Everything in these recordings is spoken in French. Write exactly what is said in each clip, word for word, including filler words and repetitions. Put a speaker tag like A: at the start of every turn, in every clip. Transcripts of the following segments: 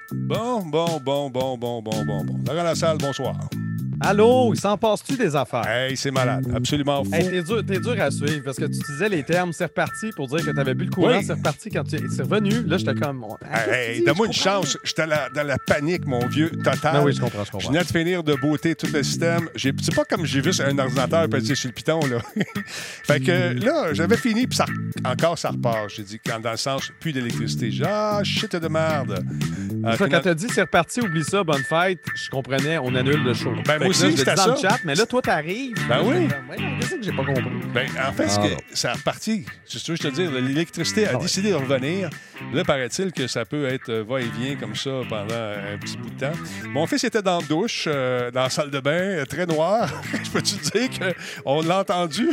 A: Bon, bon, bon, bon, bon, bon, bon, bon. Laurent Lassalle, bonsoir.
B: Allô, il s'en passe-tu des affaires?
A: Hey, c'est malade. Absolument fou.
B: Hey, t'es dur, t'es dur à suivre parce que tu disais les termes, c'est reparti pour dire que t'avais bu le courant,
A: Oui.
B: c'est reparti quand tu es revenu. Là, j'étais comme.
A: Hey, hey, donne-moi une chance. J'étais dans la, dans la panique, mon vieux, total.
B: Ben oui, je comprends, je
A: Je
B: comprends.
A: venais de finir de beauté tout le système. J'ai- C'est pas comme j'ai vu sur un ordinateur passer sur le piton, là. Fait que là, j'avais fini, puis ça, encore, ça repart. J'ai dit, quand, dans le sens, plus d'électricité. J'ai dit, ah, shit de merde. Euh,
B: Ça,
A: final-
B: quand t'as dit c'est reparti, oublie ça, bonne fête, je comprenais, on annule le show.
A: Ben,
B: Fait
A: moi
B: que là,
A: aussi,
B: je le
A: c'était
B: dis dans le
A: ça.
B: chat, mais là, toi, t'arrives.
A: Ben oui.
B: Ouais, qu'est-ce que j'ai pas compris?
A: Ben, en fait, ce
B: Ah,
A: que-
B: non.
A: ça a reparti. C'est ce que je te dire. L'électricité a
B: Ah ouais.
A: décidé de revenir. Là, paraît-il que ça peut être euh, va-et-vient comme ça pendant un petit bout de temps. Mon fils était dans la douche, euh, dans la salle de bain, euh, très noir. Je peux-tu te dire qu'on l'a entendu?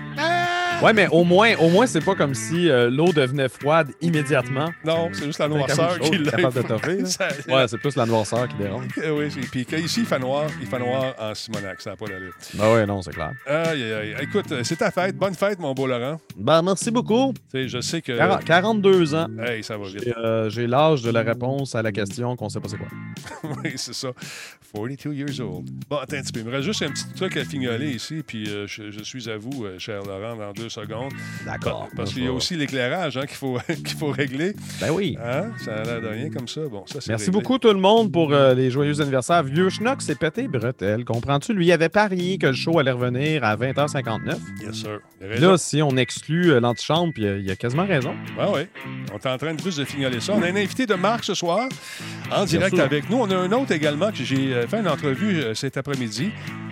B: Ouais, mais au moins, au moins c'est pas comme si euh, l'eau devenait froide immédiatement.
A: Non, c'est juste la
B: C'est
A: noirceur
B: quelque chose
A: qui l'a.
B: capable de toffer, là.
A: Ça-
B: Ouais, c'est plus la noirceur qui dérange.
A: Euh, Oui, c'est- puis qu'ici, il fait noir, il fait noir en Simonac. Ça n'a pas d'allure.
B: Ben ouais, non, c'est clair.
A: Aïe, aïe, aïe. Écoute, euh, c'est ta fête. Bonne fête, mon beau Laurent.
B: Ben, merci beaucoup.
A: Tu sais, je sais que...
B: quarante quarante-deux ans.
A: Hey, ça va vite.
B: Et, euh, j'ai l'âge de la réponse à la question qu'on sait pas c'est quoi.
A: Oui, c'est ça. forty-two years old. Bon, attends un petit peu. Il me reste juste un petit truc à fignoler ici, puis euh, je, je suis à vous, euh, cher Laurent, dans deux secondes.
B: D'accord.
A: Parce qu'il y a aussi l'éclairage hein, qu'il faut, qu'il faut régler.
B: Ben oui.
A: Hein? Ça a l'air de rien comme ça. Bon, ça, c'est
B: Merci
A: réglé.
B: beaucoup tout le monde pour euh, les joyeux anniversaires. Vieux Schnock s'est pété bretelle. Comprends-tu? Lui, il avait parié que le show allait revenir à vingt heures cinquante-neuf.
A: Yes, sir. Il a raison.
B: Là, si on exclut euh, l'antichambre, puis euh, il a quasiment raison.
A: Oui, oui. On est en train de juste de fignoler ça. On a un invité de Marc ce soir, en direct
B: sûr.
A: avec nous. On a un autre également que j'ai euh, fait une entrevue euh, cet après-midi.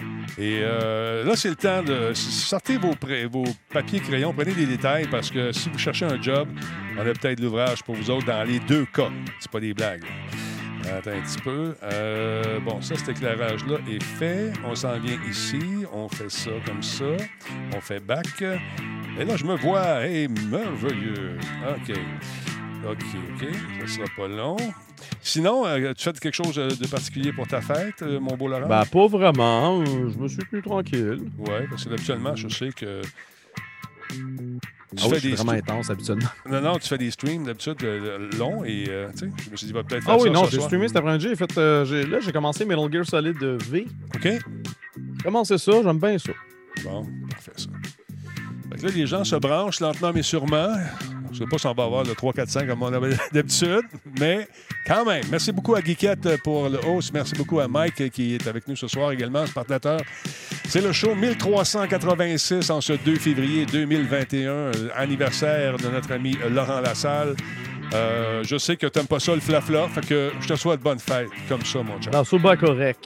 A: Et euh, là, c'est le temps de sortir vos, pré- vos papiers crayons, prenez des détails parce que si vous cherchez un job, on a peut-être l'ouvrage pour vous autres dans les deux cas. C'est pas des blagues. Attends un petit peu. Euh, bon, ça, cet éclairage-là est fait. On s'en vient ici. On fait ça comme ça. On fait back. Et là, je me vois. Hey, merveilleux. OK. OK, OK. Ça sera pas long. Sinon, euh, tu fais quelque chose de particulier pour ta fête, euh, mon beau Laurent?
B: Ben, pas vraiment. euh, je me suis plus tranquille.
A: Oui, parce que habituellement, je sais que... Tu
B: Ah oui,
A: fais
B: je suis
A: des
B: vraiment
A: stre-
B: intense habituellement.
A: Non, non, tu fais des streams d'habitude euh, longs et euh, tu sais, je me suis dit, il va peut-être faire
B: Ah oui,
A: ça
B: non,
A: ce
B: j'ai
A: soir.
B: streamé cet après-midi. J'ai fait, euh, j'ai- là, j'ai commencé Metal Gear Solid V.
A: OK?
B: J'ai commencé ça, j'aime bien ça.
A: Bon, parfait, ça. Fait que là, les gens se branchent lentement mais sûrement. Je sais pas si on va avoir le trois, quatre, cinq comme on avait d'habitude, mais quand même. Merci beaucoup à Guiquette pour le host. Merci beaucoup à Mike qui est avec nous ce soir également, ce partenaire. C'est le show mille trois cent quatre-vingt-six en ce deux février deux mille vingt et un, euh, anniversaire de notre ami euh, Laurent Lassalle. Euh, je sais que t'aimes pas ça le flafla, fait que je te souhaite bonne fête, comme ça, mon chat.
B: Non, c'est pas correct.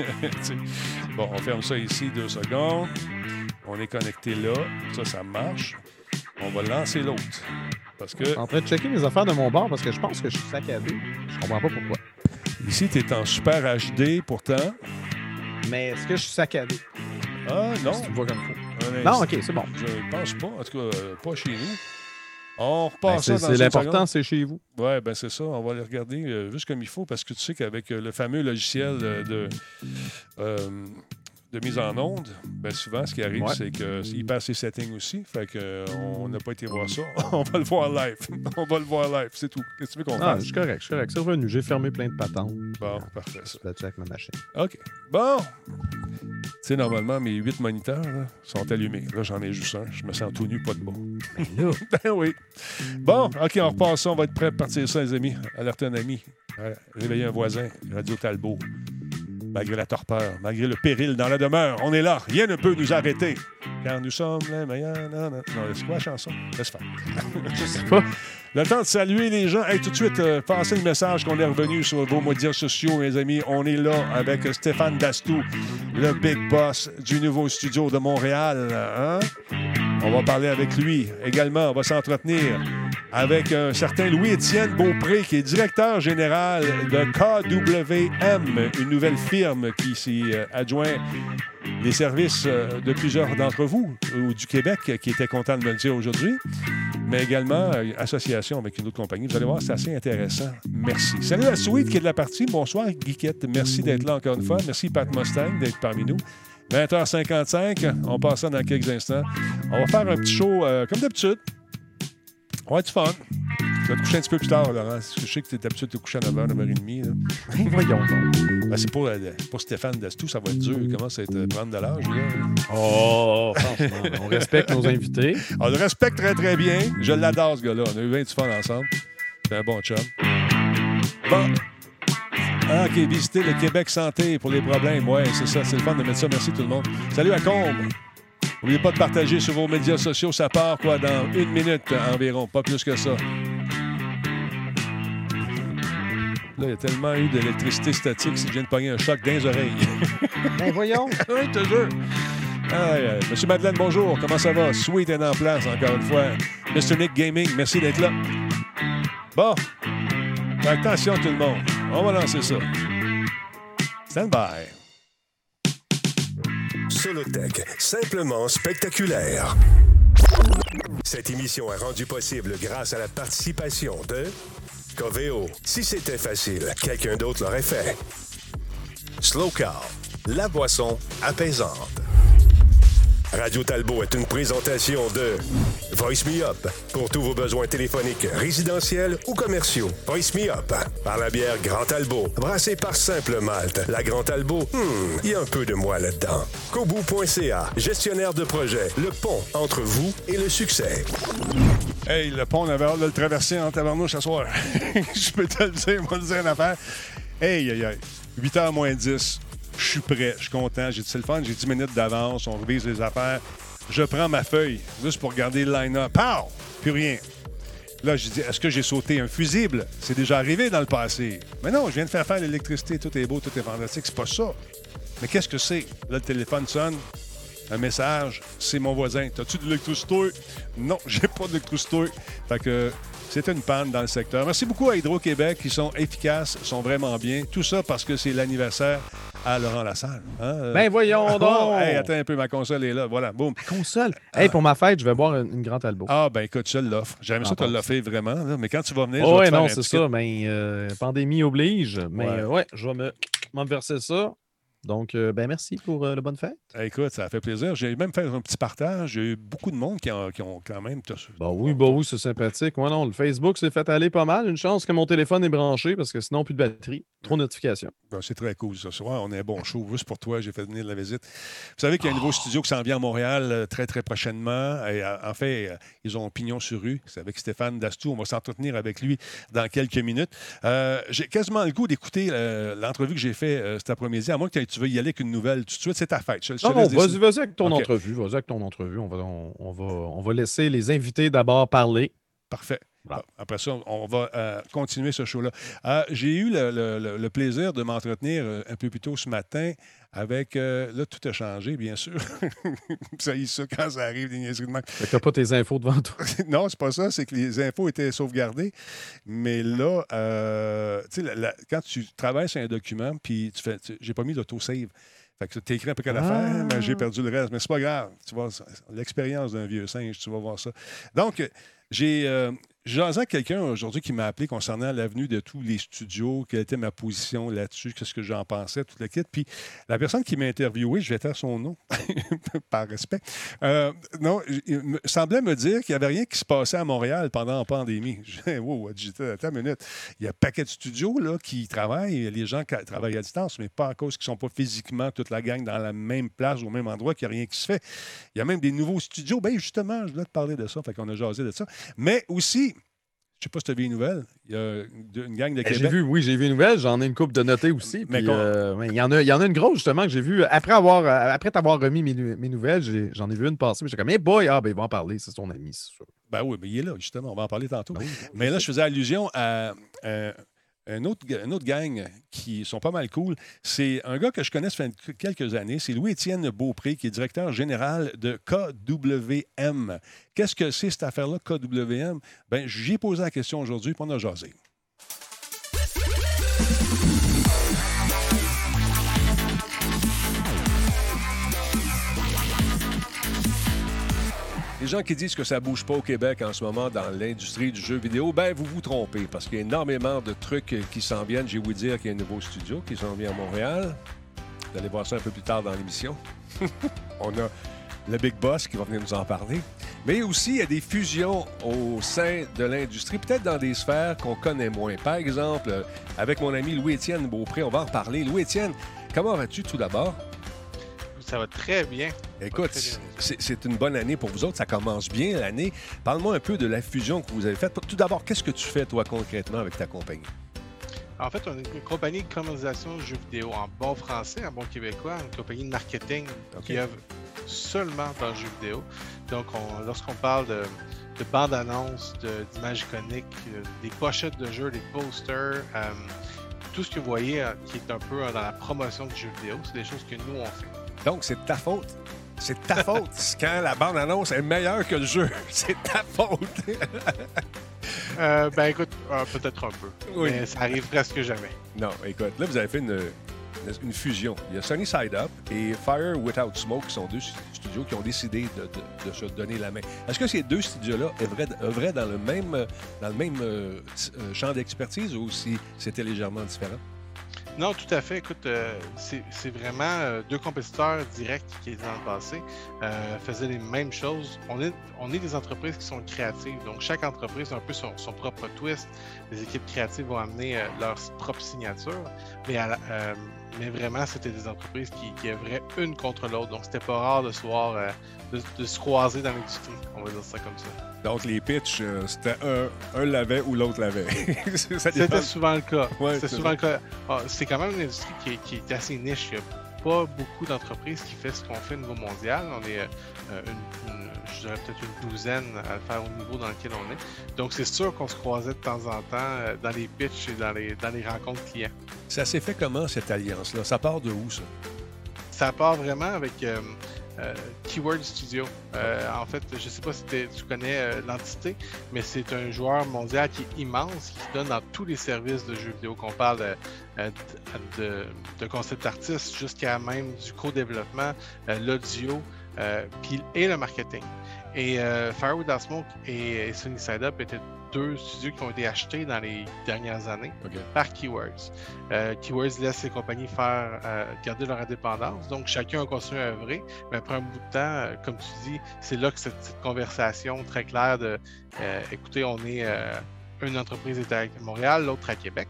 A: Bon, on ferme ça ici, deux secondes. On est connecté là. Ça, ça marche. On va lancer l'autre. Parce que
B: Je suis en train de checker mes affaires de mon bord parce que je pense que je suis saccadé. Je comprends pas pourquoi.
A: ici, tu es en super H D pourtant.
B: Mais est-ce que je suis saccadé?
A: Ah, non.
B: Si tu me vois comme ça.
A: Un
B: Non,
A: instant.
B: OK, c'est bon.
A: Je pense pas. En tout cas, euh, pas chez nous. On
B: Ben,
A: repart
B: c'est
A: ça dans
B: c'est
A: une
B: l'important,
A: seconde.
B: c'est chez vous.
A: Oui, ben c'est ça. On va les regarder euh, juste comme il faut parce que tu sais qu'avec euh, le fameux logiciel euh, de, euh, de mise en onde, ben souvent, ce qui arrive,
B: Ouais.
A: c'est qu'il passe ses settings aussi. Fait que, euh, on n'a pas été voir ça. On va le voir live. On va le voir live. C'est tout. Qu'est-ce que tu veux qu'on
B: Ah,
A: fasse?
B: je suis correct, je suis correct. C'est revenu. J'ai fermé plein de patentes.
A: Bon, parfait, ça.
B: Je vais check ma machine.
A: OK. Bon. Tu sais, normalement, mes huit moniteurs là, sont allumés. Là, j'en ai juste un. Je me sens tout nu, pas de bas. Ben oui. Bon, OK, on repart ça. On va être prêts à partir ça, les amis. Alerter un ami. Euh, Réveiller un voisin. Radio Talbot. Malgré la torpeur, malgré le péril dans la demeure, on est là. Rien ne peut nous arrêter. Car nous sommes les meilleurs. Non, non, non. C'est quoi la chanson? Laisse faire.
B: Je sais pas.
A: Le temps de saluer les gens. Hey, tout de suite, euh, passez le message qu'on est revenu sur vos médias sociaux, mes amis. On est là avec Stéphane Dastou, le big boss du nouveau studio de Montréal. Hein? On va parler avec lui. Également, on va s'entretenir avec un certain Louis-Étienne Beaupré, qui est directeur général de K W M, une nouvelle firme qui s'y euh, adjoint les services euh, de plusieurs d'entre vous, ou du Québec, qui était content de me le dire aujourd'hui, mais également euh, association avec une autre compagnie. Vous allez voir, c'est assez intéressant. Merci. Salut à Sweet qui est de la partie. Bonsoir, Guiquette. Merci d'être là encore une fois. Merci, Pat Mustang, d'être parmi nous. vingt heures cinquante-cinq, on passe ça dans quelques instants. On va faire un petit show euh, comme d'habitude. On va être fun. Tu vas te coucher un petit peu plus tard, Laurent. Parce que je sais que tu es habitué de te coucher à neuf heures, neuf heures trente.
B: Ben, voyons donc.
A: Ben, c'est pour, euh, pour Stéphane Dastou, ça va être dur. Il commence à être, euh, prendre de l'âge, là.
B: Oh, franchement, on respecte nos invités.
A: On le respecte très, très bien. Je l'adore, ce gars-là. On a eu vingt du fun ensemble. C'est un bon chum. Bon. Ah, OK, visiter le Québec Santé pour les problèmes. Ouais, c'est ça. C'est le fun de mettre ça. Merci tout le monde. Salut à Combe. N'oubliez pas de partager sur vos médias sociaux. Ça part, quoi, dans une minute environ. Pas plus que ça. Là, il y a tellement eu d'électricité statique si je viens de pogner un choc dans les oreilles.
B: Ben voyons.
A: Oui, je te jure. Ah, euh, Monsieur Madeleine, bonjour. Comment ça va? Sweet est en place, encore une fois. mister Nick Gaming, merci d'être là. Bon. Attention, tout le monde. On va lancer ça. Stand by.
C: Solotech, simplement spectaculaire. Cette émission est rendue possible grâce à la participation de Coveo. Si c'était facile, quelqu'un d'autre l'aurait fait. Slow Car, la boisson apaisante. Radio Talbot est une présentation de Voice Me Up pour tous vos besoins téléphoniques, résidentiels ou commerciaux. Voice Me Up par la bière Grand Talbot, brassée par Simple Malte. La Grand Talbot, hmm, il y a un peu de moi là-dedans. Kobu point C A, gestionnaire de projet, le pont entre vous et le succès.
A: Hey, le pont, on avait hâte de le traverser en tabarnouche ce soir. Je peux te le dire, moi, le dire une affaire. Hey, aïe, aïe. huit heures moins dix. Je suis prêt, je suis content. J'ai dit, c'est le fun, j'ai dix minutes d'avance, on revise les affaires. Je prends ma feuille, juste pour regarder le line-up. Pow! Plus rien. Là, j'ai dit, est-ce que j'ai sauté un fusible? C'est déjà arrivé dans le passé. Mais non, je viens de faire faire l'électricité, tout est beau, tout est fantastique, c'est pas ça. Mais qu'est-ce que c'est? Là, le téléphone sonne, un message, c'est mon voisin. T'as-tu de l'électricité? Non, j'ai pas d'électricité. Fait que c'était une panne dans le secteur. Merci beaucoup à Hydro-Québec, qui sont efficaces, sont vraiment bien. Tout ça parce que c'est l'anniversaire à Laurent Lassalle. Hein?
B: Ben voyons donc!
A: Oh, hey, attends un peu, ma console est là. Voilà, boum.
B: Console? Hey, pour ma fête, je vais boire une, une Grande Talbot.
A: Ah, ben écoute, je l'offre. J'aime ça te l'offrir vraiment, là, mais quand tu vas venir,
B: oh,
A: je vais
B: ouais,
A: te faire
B: non,
A: un
B: c'est
A: petit
B: ça. Mais euh, pandémie oblige. Mais
A: Ouais.
B: euh, ouais, je vais me, m'en verser ça. Donc, euh, ben merci pour euh, la bonne fête.
A: Écoute, ça a fait plaisir. J'ai même fait un petit partage. J'ai eu beaucoup de monde qui ont, qui ont quand même...
B: Bah oui, bah oui, c'est sympathique. Moi, non, le Facebook s'est fait aller pas mal. Une chance que mon téléphone est branché parce que sinon, plus de batterie. Trop de notifications.
A: Ben, c'est très cool, ça. Soir, on a un bon show. Juste pour toi, j'ai fait venir de la visite. Vous savez qu'il y a un nouveau studio qui s'en vient à Montréal euh, très, très prochainement. Et, euh, en fait, euh, ils ont pignon sur rue. C'est avec Stéphane Dastou. On va s'entretenir avec lui dans quelques minutes. Euh, j'ai quasiment le goût d'écouter euh, l'entrevue que j'ai faite euh, cet après-midi. À moins que tu veux y aller avec une nouvelle tout de suite, c'est ta fête. Je, je
B: non, non, vas-y,
A: décider.
B: vas-y avec ton
A: Okay.
B: entrevue. Vas-y avec ton entrevue. On va, on, on va, on va laisser les invités d'abord parler.
A: Parfait.
B: Voilà.
A: Après ça, on va euh, continuer ce show-là. Euh, j'ai eu le, le, le, le plaisir de m'entretenir euh, un peu plus tôt ce matin avec... Euh, là, tout a changé, bien sûr. Ça y est, ça, quand ça arrive, des niaiseries de même.
B: Fait que t'as pas tes infos devant toi.
A: Non, c'est pas ça. C'est que les infos étaient sauvegardées. Mais là, euh, tu sais, la, la, quand tu travailles sur un document, puis tu fais... Tu, j'ai pas mis l'autosave. Fait que tu écris un peu qu'à
B: Ah.
A: l'affaire, mais j'ai perdu le reste. Mais c'est pas grave. Tu vois, l'expérience d'un vieux singe, tu vas voir ça. Donc, j'ai... Euh, J'en ai quelqu'un aujourd'hui qui m'a appelé concernant l'avenue de tous les studios, quelle était ma position là-dessus, qu'est-ce que j'en pensais, toute la kit. Puis la personne qui m'a interviewé, je vais taire son nom, par respect, euh, non, il me, semblait me dire qu'il n'y avait rien qui se passait à Montréal pendant la pandémie. Je disais, wow, attends une minute. Il y a un paquet de studios là, qui travaillent, les gens qui travaillent à distance, mais pas à cause qu'ils ne sont pas physiquement toute la gang dans la même place, au même endroit, qu'il n'y a rien qui se fait. Il y a même des nouveaux studios. Bien, justement, je voulais te parler de ça, fait qu'on a jasé de ça. Mais aussi, je ne sais pas si tu as vu une nouvelle. Il y a une gang de Québec.
B: J'ai vu, oui, j'ai vu une nouvelle. J'en ai une couple de notés aussi.
A: Mais
B: puis, euh, mais il, y en a, il y en a une grosse, justement, que j'ai vue. Après, avoir, après t'avoir remis mes, mes nouvelles, j'ai, j'en ai vu une passer. J'étais comme, hey boy, ah, ben, il va en parler. C'est son ami, c'est sûr.
A: Ben oui, mais il est là, justement. On va en parler tantôt.
B: Ben oui,
A: mais là, je faisais allusion à... à Un autre, un autre gang qui sont pas mal cool, c'est un gars que je connais ça fait quelques années. C'est Louis-Étienne Beaupré, qui est directeur général de K W M. Qu'est-ce que c'est cette affaire-là, K W M? Bien, j'y ai posé la question aujourd'hui, puis on a jasé. Les gens qui disent que ça bouge pas au Québec en ce moment dans l'industrie du jeu vidéo, ben vous vous trompez parce qu'il y a énormément de trucs qui s'en viennent. J'ai vous dire qu'il y a un nouveau studio qui s'en vient à Montréal. Vous allez voir ça un peu plus tard dans l'émission. On a le Big Boss qui va venir nous en parler. Mais aussi, il y a des fusions au sein de l'industrie, peut-être dans des sphères qu'on connaît moins. Par exemple, euh, avec mon ami Louis-Étienne Beaupré, on va en parler. Louis-Étienne, comment vas-tu tout d'abord?
D: Ça va très bien.
A: Écoute,
D: très bien.
A: c'est, c'est une bonne année pour vous autres. Ça commence bien l'année. Parle-moi un peu de la fusion que vous avez faite. Tout d'abord, qu'est-ce que tu fais, toi, concrètement, avec ta compagnie?
D: En fait, on est une compagnie de commercialisation de jeux vidéo en bon français, en bon québécois, une compagnie de marketing
A: OK.
D: qui œuvre seulement dans le jeu vidéo. Donc, on- lorsqu'on parle de, de bandes-annonces, de- d'images iconiques, euh, des pochettes de jeux, des posters, euh, tout ce que vous voyez euh, qui est un peu euh, dans la promotion du jeu vidéo, c'est des choses que nous, on fait.
A: Donc, c'est de ta faute. C'est de ta faute. Quand la bande-annonce est meilleure que le jeu, c'est de ta faute.
D: Euh, ben écoute, euh, peut-être un peu,
A: Oui.
D: mais ça arrive presque jamais.
A: Non, écoute, là, vous avez fait une, une fusion. Il y a Sunny Side Up et Fire Without Smoke qui sont deux studios qui ont décidé de, de- de se donner la main. Est-ce que ces deux studios-là œuvraient, œuvraient dans le même, euh, dans le même euh, s- euh, champ d'expertise ou si c'était légèrement différent?
D: Non, tout à fait. Écoute, euh, c'est c'est vraiment euh, deux compétiteurs directs qui étaient dans le passé, euh, faisaient les mêmes choses. On est, on est des entreprises qui sont créatives, donc chaque entreprise a un peu son, son propre twist. Les équipes créatives vont amener euh, leur propre signature, mais, à la- euh, mais vraiment, c'était des entreprises qui, qui œuvraient une contre l'autre. Donc, c'était pas rare de se voir, euh, de, de se croiser dans l'industrie, on va dire ça comme ça.
A: Donc, les pitchs, euh, c'était un, un l'avait ou l'autre l'avait. Ça dépend.
D: C'était souvent le cas.
A: Ouais,
D: C'était
A: c'est
D: souvent le cas. Ah, c'est quand même une industrie qui est, qui est assez niche. Il n'y a pas beaucoup d'entreprises qui font ce qu'on fait au niveau mondial. On est, euh, une, une- je dirais peut-être une douzaine à le faire au niveau dans lequel on est. Donc, c'est sûr qu'on se croisait de temps en temps euh, dans les pitchs et dans les, dans les rencontres clients.
A: Ça s'est fait comment, cette alliance-là? Ça part de où, ça?
D: Ça part vraiment avec euh, euh, Keyword Studio. Euh, en fait, je sais pas si t'es- tu connais euh, l'entité, mais c'est un joueur mondial qui est immense, qui donne dans tous les services de jeux vidéo, qu'on parle de, euh, de, de- de concept artiste jusqu'à même du co-développement, euh, l'audio, euh, puis- et le marketing. Et euh, Fire Without Smoke et, et Sunny Side Up étaient deux studios qui ont été achetés dans les dernières années
A: OK.
D: par Keywords. Euh, Keywords laisse ses compagnies faire euh, garder leur indépendance, donc chacun a continué à œuvrer, mais après un bout de temps, euh, comme tu dis, c'est là que cette, cette conversation très claire de euh, écoutez, on est euh, une entreprise est à Montréal, l'autre à Québec.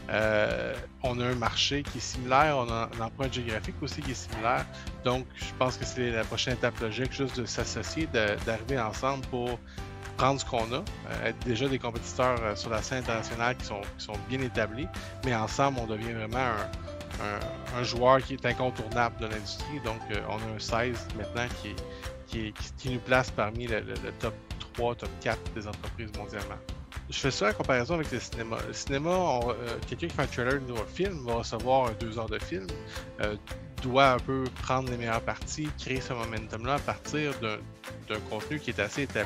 D: Euh, on a un marché qui est similaire, on a un empreinte géographique aussi qui est similaire. Donc, je pense que c'est la prochaine étape logique, juste de s'associer, de- d'arriver ensemble pour prendre ce qu'on a, euh, être déjà des compétiteurs euh, sur la scène internationale qui sont, qui sont bien établis, mais ensemble, on devient vraiment un, un- un joueur qui est incontournable de l'industrie. Donc, euh, on a un seize maintenant qui, qui, est- qui- qui nous place parmi le, le- le top trois, top quatre des entreprises mondialement. Je fais ça en comparaison avec le cinéma. Le cinéma, on- euh, quelqu'un qui fait un trailer d'un film va recevoir un deux heures de film, euh, doit un peu prendre les meilleures parties, créer ce momentum-là à partir d'un d'un contenu qui est assez établi.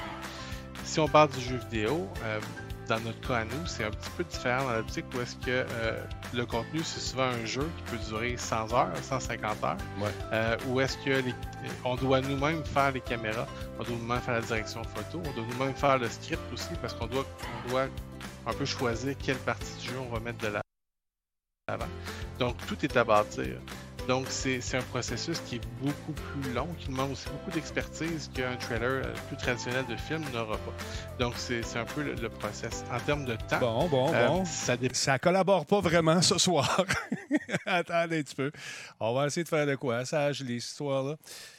D: Si on parle du jeu vidéo, euh, dans notre cas à nous, c'est un petit peu différent dans l'optique où est-ce que euh, le contenu, c'est souvent un jeu qui peut durer cent heures, cent cinquante heures,
A: Ouais.
D: euh, où est-ce que les- on doit nous-mêmes faire les caméras, on doit nous-mêmes faire la direction photo, on doit nous-mêmes faire le script aussi, parce qu'on doit, on doit un peu choisir quelle partie du jeu on va mettre de l'avant. Donc, tout est à bâtir. Donc, c'est c'est un processus qui est beaucoup plus long, qui demande aussi beaucoup d'expertise qu'un trailer euh, plus traditionnel de film n'aura pas. Donc, c'est c'est un peu le, le process. En termes de temps,
A: Bon, bon,
D: euh,
A: bon.
D: ça dépend.
A: Ça collabore pas vraiment ce soir. Attendez un petit peu. On va essayer de faire de quoi? Ça agile, cette histoire-là.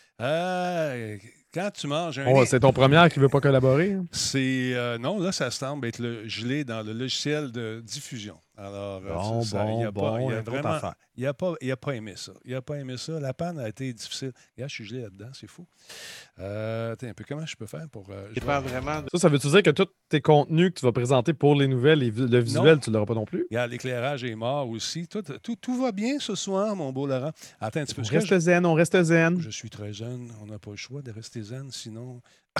A: Euh, quand tu manges un...
B: Oh, c'est ton premier qui veut pas collaborer. hein?
A: C'est euh, non, là, ça semble être le gelé dans le logiciel de diffusion. Alors, euh,
B: Bon,
A: ça- ça-
B: bon,
A: il a pas,
B: bon,
A: il a
B: une autre
A: vraiment,
B: affaire.
A: il a pas, il a pas aimé ça. Il a pas aimé ça. La panne a été difficile. Regarde, je suis gelé là-dedans, c'est fou. Euh, attends un peu, comment je peux faire pour euh,
D: Ça
A: je
D: dépend
A: vais-
D: vraiment de...
B: Ça, ça veut-tu dire que tous tes contenus que tu vas présenter pour les nouvelles, et vi- le visuel,
A: Non.
B: tu l'auras pas non plus?
A: Regarde, l'éclairage est mort aussi. Tout, tout, tout va bien ce soir, mon beau Laurent. Attends un petit peu.
B: On
A: Est-ce que
B: reste zen, on reste zen.
A: Je suis très jeune, on n'a pas le choix de rester zen, sinon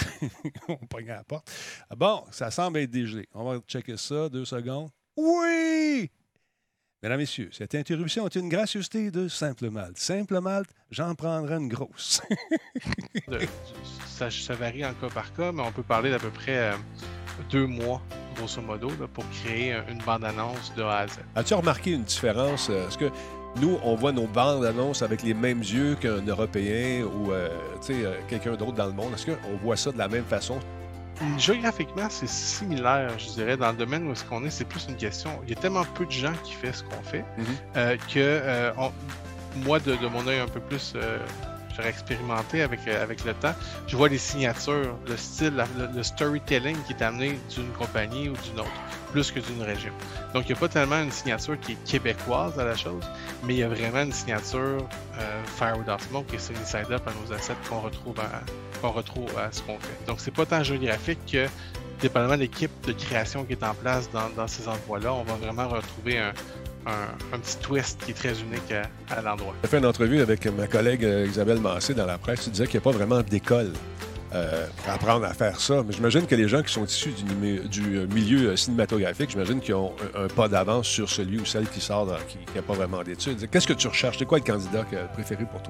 A: on pogne à la porte. Ah bon, ça semble être dégelé. On va checker ça, deux secondes. Oui! Mesdames, Messieurs, cette interruption est une gracieuseté de Simple Malte. Simple Malte, j'en prendrai une grosse.
D: de- ça, ça varie en cas par cas, mais on peut parler d'à peu près euh, deux mois grosso modo, là, pour créer une bande-annonce de A à Z.
A: As-tu remarqué une différence? Est-ce que nous, on voit nos bandes-annonces avec les mêmes yeux qu'un Européen ou euh, euh, quelqu'un d'autre dans le monde? Est-ce qu'on voit ça de la même façon?
D: Géographiquement, c'est similaire, je dirais. Dans le domaine où est-ce qu'on est, c'est plus une question. Il y a tellement peu de gens qui font ce qu'on fait mm-hmm. euh, que euh, on, moi, de, de mon œil un peu plus euh, je dirais expérimenté avec, euh, avec le temps, je vois les signatures, le style, la, le, le storytelling qui est amené d'une compagnie ou d'une autre, plus que d'une région. Donc, il n'y a pas tellement une signature qui est québécoise à la chose, mais il y a vraiment une signature euh, Fire Without Smoke et Sunny Side Up à nos assets qu'on retrouve à, qu'on retrouve à ce qu'on fait. Donc, c'est pas tant géographique que, dépendamment de l'équipe de création qui est en place dans, dans ces endroits-là, on va vraiment retrouver un, un, un petit twist qui est très unique à, à l'endroit.
A: J'ai fait une entrevue avec ma collègue Isabelle Massé dans la presse. Tu disais qu'il n'y a pas vraiment d'école euh, pour apprendre à faire ça. Mais j'imagine que les gens qui sont issus du, du milieu cinématographique, j'imagine qu'ils ont un, un pas d'avance sur celui ou celle qui sort, dans, qui n'a pas vraiment d'études. Qu'est-ce que tu recherches? C'est quoi le candidat préféré pour toi?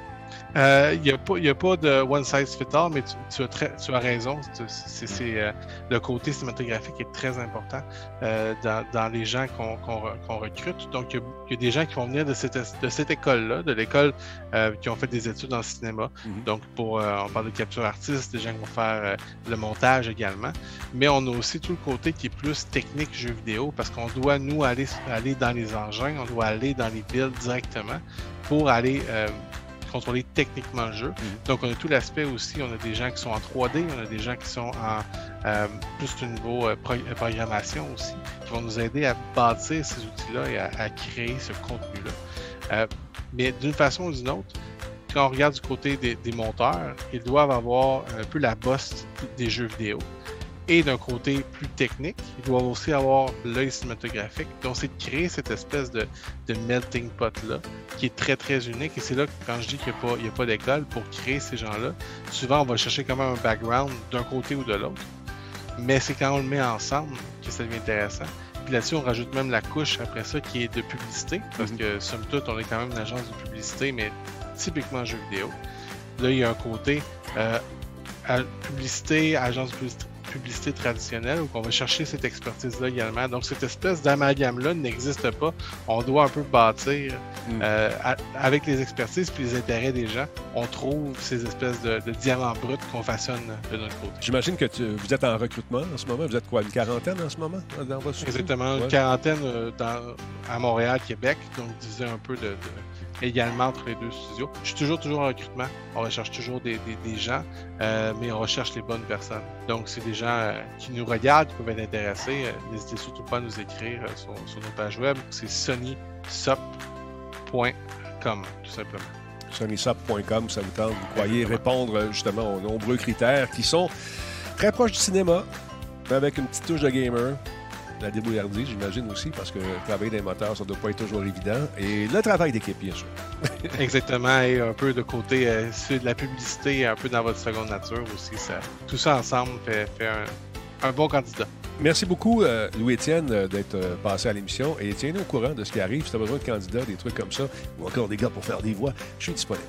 D: Il euh, n'y a, a pas de one size fit all, mais tu, tu, as, très, tu as raison. C'est, c'est, euh, le côté cinématographique est très important euh, dans, dans les gens qu'on, qu'on, qu'on recrute. Donc, il y, y a des gens qui vont venir de cette, de cette école-là, de l'école euh, qui ont fait des études en cinéma. Mm-hmm. Donc, pour, euh, on parle de capture artiste, des gens qui vont faire euh, le montage également. Mais on a aussi tout le côté qui est plus technique jeu vidéo parce qu'on doit, nous, aller, aller dans les engins, on doit aller dans les builds directement pour aller euh, contrôler techniquement le jeu. Mm-hmm. Donc, on a tout l'aspect aussi. On a des gens qui sont en trois D, on a des gens qui sont en euh, plus au niveau euh, pro- programmation aussi, qui vont nous aider à bâtir ces outils-là et à, à créer ce contenu-là. Euh, mais d'une façon ou d'une autre, quand on regarde du côté des, des monteurs, ils doivent avoir un peu la bosse des jeux vidéo. Et d'un côté plus technique, ils doivent aussi avoir l'œil cinématographique. Donc, c'est de créer cette espèce de, de melting pot-là, qui est très, très unique. Et c'est là que quand je dis qu'il n'y a, a pas d'école pour créer ces gens-là, souvent, on va chercher quand même un background d'un côté ou de l'autre. Mais c'est quand on le met ensemble que ça devient intéressant. Puis là-dessus, on rajoute même la couche après ça qui est de publicité, parce que, somme toute, on est quand même une agence de publicité, mais typiquement jeux vidéo. Là, il y a un côté euh, à publicité, agence de publicité, publicité traditionnelle où on va chercher cette expertise-là également. Donc, cette espèce d'amalgame-là n'existe pas. On doit un peu bâtir mm. euh, à, avec les expertises puis les intérêts des gens. On trouve ces espèces de, de diamants bruts qu'on façonne de notre côté.
A: J'imagine que tu, vous êtes en recrutement en ce moment. Vous êtes quoi, une quarantaine en ce moment dans votre studio?
D: Exactement, ouais. Une quarantaine euh, dans, à Montréal, Québec. Donc, divisé un peu de... de également entre les deux studios. Je suis toujours, toujours en recrutement. On recherche toujours des, des, des gens, euh, mais on recherche les bonnes personnes. Donc, c'est des gens euh, qui nous regardent, qui peuvent être intéressés. Euh, n'hésitez surtout pas à nous écrire euh, sur, sur nos pages web. C'est sonny sop point com, tout simplement.
A: sonny sop point com, ça vous tente. Vous croyez répondre justement aux nombreux critères qui sont très proches du cinéma, mais avec une petite touche de gamer. La débrouillardise, j'imagine aussi, parce que travailler dans les moteurs, ça ne doit pas être toujours évident. Et le travail d'équipe, bien sûr.
D: Exactement, et un peu de côté euh, de la publicité, un peu dans votre seconde nature aussi. Ça, tout ça ensemble fait, fait un, un bon candidat.
A: Merci beaucoup, euh, Louis-Étienne, euh, d'être euh, passé à l'émission. Et tiens-nous au courant de ce qui arrive. Si tu as besoin de candidats, des trucs comme ça, ou encore des gars pour faire des voix, je suis disponible.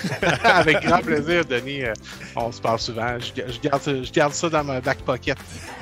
D: Avec grand plaisir, Denis. Euh, on se parle souvent. Je, je, garde, je garde ça dans ma back pocket.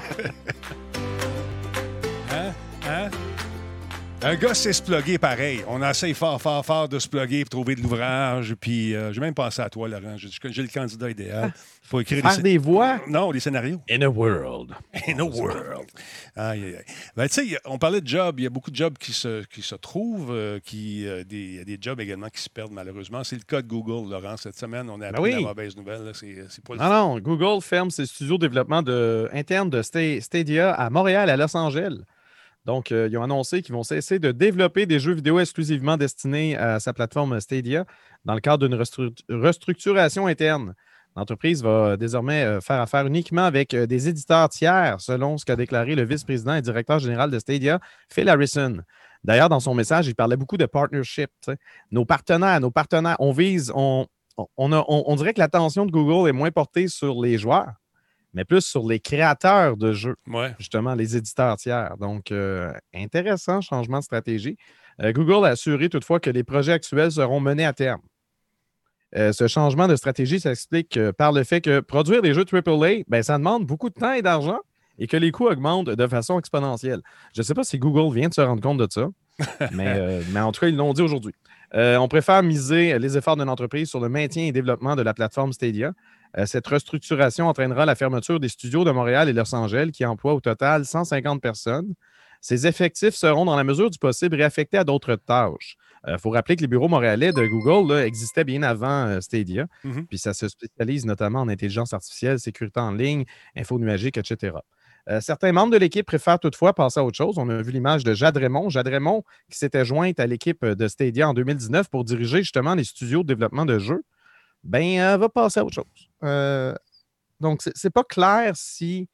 A: Hein? Hein? Un gars sait se plugger pareil. On essaye fort, fort, fort de se plugger pour trouver de l'ouvrage. Puis euh, j'ai même pensé à toi, Laurent. J'ai, j'ai le candidat idéal. Faut écrire
B: Faire des, des voix?
A: Non, des scénarios.
B: In a world.
A: In a world. Aïe, aïe, aïe. Ben, tu sais, on parlait de jobs. Il y a beaucoup de jobs qui se, qui se trouvent. Euh, qui, euh, des, il y a des jobs également qui se perdent, malheureusement. C'est le cas de Google, Laurent. Cette semaine, on a appris ben oui. la mauvaise nouvelle. Là. C'est, c'est pas le...
B: Non, non. Google ferme ses studios de développement de, interne de Stadia à Montréal, à Los Angeles. Donc, euh, ils ont annoncé qu'ils vont cesser de développer des jeux vidéo exclusivement destinés à sa plateforme Stadia dans le cadre d'une restru- restructuration interne. L'entreprise va désormais faire affaire uniquement avec des éditeurs tiers, selon ce qu'a déclaré le vice-président et directeur général de Stadia, Phil Harrison. D'ailleurs, dans son message, il parlait beaucoup de partnership. T'sais. Nos partenaires, nos partenaires, on vise, on, on, a, on, on dirait que l'attention de Google est moins portée sur les joueurs, mais plus sur les créateurs de jeux,
A: ouais.
B: justement, les éditeurs tiers. Donc, euh, intéressant changement de stratégie. Euh, Google a assuré toutefois que les projets actuels seront menés à terme. Euh, ce changement de stratégie s'explique euh, par le fait que produire des jeux triple A, ben, ça demande beaucoup de temps et d'argent. et que les coûts augmentent de façon exponentielle. Je ne sais pas si Google vient de se rendre compte de ça, mais, euh, mais en tout cas, ils l'ont dit aujourd'hui. Euh, on préfère miser les efforts d'une entreprise sur le maintien et développement de la plateforme Stadia. Euh, cette restructuration entraînera la fermeture des studios de Montréal et Los Angeles qui emploient au total cent cinquante personnes. Ces effectifs seront, dans la mesure du possible, réaffectés à d'autres tâches. Il euh, faut rappeler que les bureaux montréalais de Google là, existaient bien avant euh, Stadia, mm-hmm. puis ça se spécialise notamment en intelligence artificielle, sécurité en ligne, info numérique, et cetera. Euh, certains membres de l'équipe préfèrent toutefois passer à autre chose. On a vu l'image de Jade Raymond. Jade Raymond qui s'était jointe à l'équipe de Stadia en deux mille dix-neuf pour diriger justement les studios de développement de jeux. Ben, elle va passer à autre chose. Euh, donc, c'est, c'est pas clair si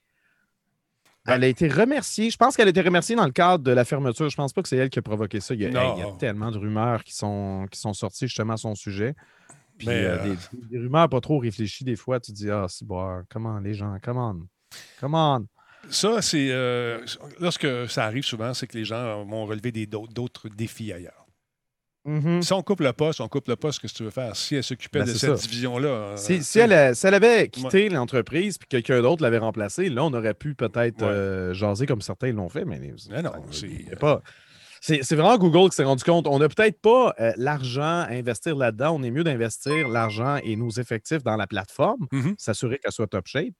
B: ben, elle a été remerciée. Je pense qu'elle a été remerciée dans le cadre de la fermeture. Je pense pas que c'est elle qui a provoqué ça. Il y a, hey, il y a tellement de rumeurs qui sont, qui sont sorties justement à son sujet. Puis Mais euh, euh... Des, des rumeurs pas trop réfléchies des fois. Tu te dis, ah, c'est bon, comment les gens, comment, comment.
A: Ça, c'est. Euh, lorsque ça arrive souvent, c'est que les gens vont relever des, d'autres, d'autres défis ailleurs. Mm-hmm. Si on coupe le poste, on coupe le poste, qu'est-ce que tu veux faire? Si elle s'occupait ben, de cette ça. division-là.
B: Si, euh, si, elle, a, si elle avait quitté ouais. l'entreprise puis quelqu'un d'autre l'avait remplacé, là, on aurait pu peut-être ouais. euh, jaser comme certains l'ont fait, mais, mais non, c'est, c'est pas. C'est, c'est vraiment Google qui s'est rendu compte. On n'a peut-être pas euh, l'argent à investir là-dedans. On est mieux d'investir l'argent et nos effectifs dans la plateforme, mm-hmm. s'assurer qu'elle soit top shape.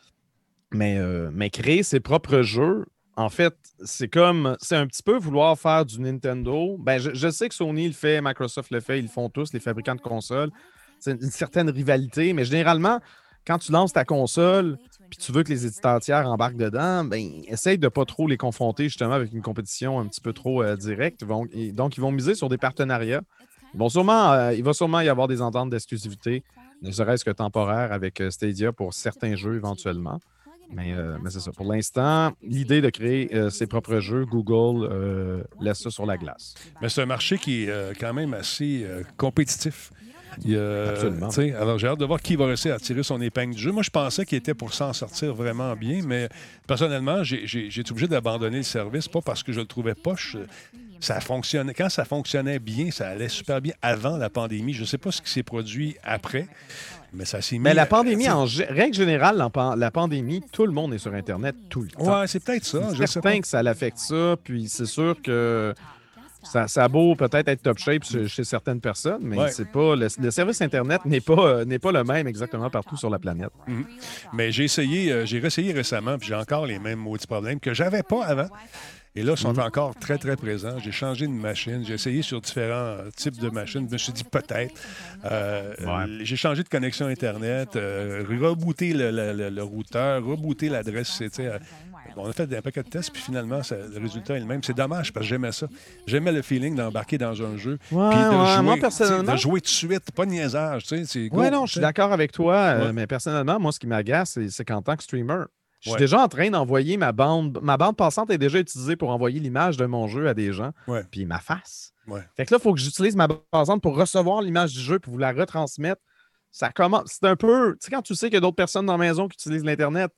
B: Mais, euh, mais créer ses propres jeux, en fait, c'est comme, c'est un petit peu vouloir faire du Nintendo. Ben, je, je sais que Sony le fait, Microsoft le fait, ils le font tous, les fabricants de consoles. C'est une certaine rivalité, mais généralement, quand tu lances ta console puis tu veux que les éditeurs tiers embarquent dedans, ben, essaye de ne pas trop les confronter justement avec une compétition un petit peu trop euh, directe. Vont, et, donc, ils vont miser sur des partenariats. Ils vont sûrement, euh, il va sûrement y avoir des ententes d'exclusivité, ne serait-ce que temporaires avec euh, Stadia pour certains jeux éventuellement. Mais, euh, mais c'est ça. Pour l'instant, l'idée de créer euh, ses propres jeux, Google euh, laisse ça sur la glace.
A: Mais c'est un marché qui est euh, quand même assez euh, compétitif. Il, euh, Absolument. Alors, j'ai hâte de voir qui va réussir à tirer son épingle du jeu. Moi, je pensais qu'il était pour s'en sortir vraiment bien, mais personnellement, j'ai, j'ai, j'ai été obligé d'abandonner le service, pas parce que je le trouvais poche. Ça fonctionnait. Quand ça fonctionnait bien, ça allait super bien avant la pandémie. Je ne sais pas ce qui s'est produit après. Mais ça s'est mis.
B: Mais la pandémie, à... en g- règle générale, la, la pandémie, tout le monde est sur Internet tout le temps.
A: Ouais, c'est peut-être ça.
B: C'est certain que ça l'affecte ça. Puis c'est sûr que ça, ça a beau peut-être être top shape chez, chez certaines personnes, mais ouais. c'est pas le, le service Internet n'est pas, euh, n'est pas le même exactement partout sur la planète.
A: Mm-hmm. Mais j'ai essayé, euh, j'ai réessayé récemment, puis j'ai encore les mêmes maudits problèmes que j'avais pas avant. Et là, ils sont mmh. encore très, très présents. J'ai changé de machine. J'ai essayé sur différents types de machines. Je me suis dit peut-être. Euh, ouais. J'ai changé de connexion Internet, euh, rebooté le, le, le, le routeur, rebooté l'adresse. Euh, on a fait un paquet de tests, puis finalement, ça, le résultat est le même. C'est dommage parce que j'aimais ça. J'aimais le feeling d'embarquer dans un jeu.
B: Ouais,
A: puis de,
B: ouais,
A: jouer,
B: moi, personnellement...
A: de jouer tout de suite, pas de niaisage. Oui,
B: non, je suis d'accord avec toi. Ouais. Euh, mais personnellement, moi, ce qui m'agace, c'est, c'est qu'en tant que streamer, je suis ouais. déjà en train d'envoyer ma bande. Ma bande passante est déjà utilisée pour envoyer l'image de mon jeu à des gens.
A: Ouais.
B: Puis ma face.
A: Ouais.
B: Fait que là, il faut que j'utilise ma bande passante pour recevoir l'image du jeu puis vous la retransmettre. Ça commence. C'est un peu. Tu sais, quand tu sais qu'il y a d'autres personnes dans la maison qui utilisent l'Internet,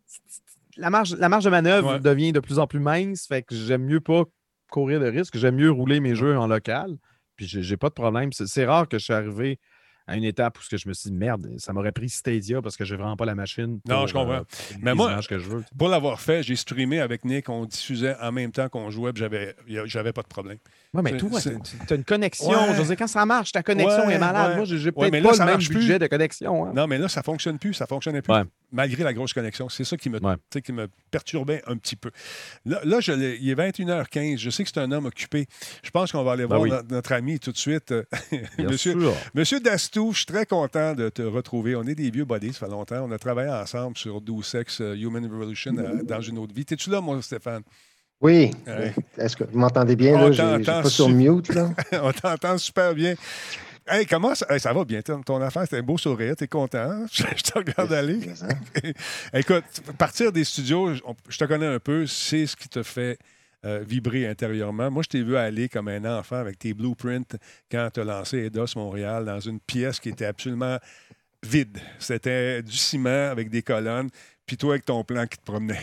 B: la marge, la marge de manœuvre ouais. devient de plus en plus mince. Fait que j'aime mieux pas courir de risque. J'aime mieux rouler mes jeux en local. Puis j'ai, j'ai pas de problème. C'est, c'est rare que je suis arrivé à une étape où je me suis dit, merde, ça m'aurait pris Stadia parce que j'ai vraiment pas la machine pour,
A: non, je comprends.
B: Euh,
A: mais moi,
B: que je veux.
A: Pour l'avoir fait, j'ai streamé avec Nick, on diffusait en même temps qu'on jouait, puis j'avais, j'avais pas de problème.
B: Oui, mais toi, tu as une connexion. Ouais. Je veux dire, quand ça marche, ta connexion ouais, est malade. Ouais. Moi, j'ai, j'ai peut-être ouais, pas là, le même budget de connexion. Hein.
A: Non, mais là, ça fonctionne plus. Ça fonctionnait plus. Ouais. Malgré la grosse connexion. C'est ça qui me, ouais. qui me perturbait un petit peu. Là, là je il est vingt et une heures quinze. Je sais que c'est un homme occupé. Je pense qu'on va aller voir ben oui. no- notre ami tout de suite. Monsieur, Monsieur Dastou, je suis très content de te retrouver. On est des vieux buddies, ça fait longtemps. On a travaillé ensemble sur Deus Ex Human Revolution euh, dans une autre vie. T'es-tu là, mon Stéphane?
E: Oui. Ouais. Est-ce que vous m'entendez bien? Là? J'ai, j'ai pas su... sur mute. Là.
A: On t'entend super bien. Hey, comment ça... Hey, ça va bien, ton affaire, c'était un beau sourire, t'es content, hein? je, je te regarde aller. Écoute, partir des studios, on, je te connais un peu, c'est ce qui te fait euh, vibrer intérieurement. Moi, je t'ai vu aller comme un enfant avec tes blueprints quand tu as lancé Eidos Montréal dans une pièce qui était absolument vide. C'était du ciment avec des colonnes. Puis toi, avec ton plan qui te promenait.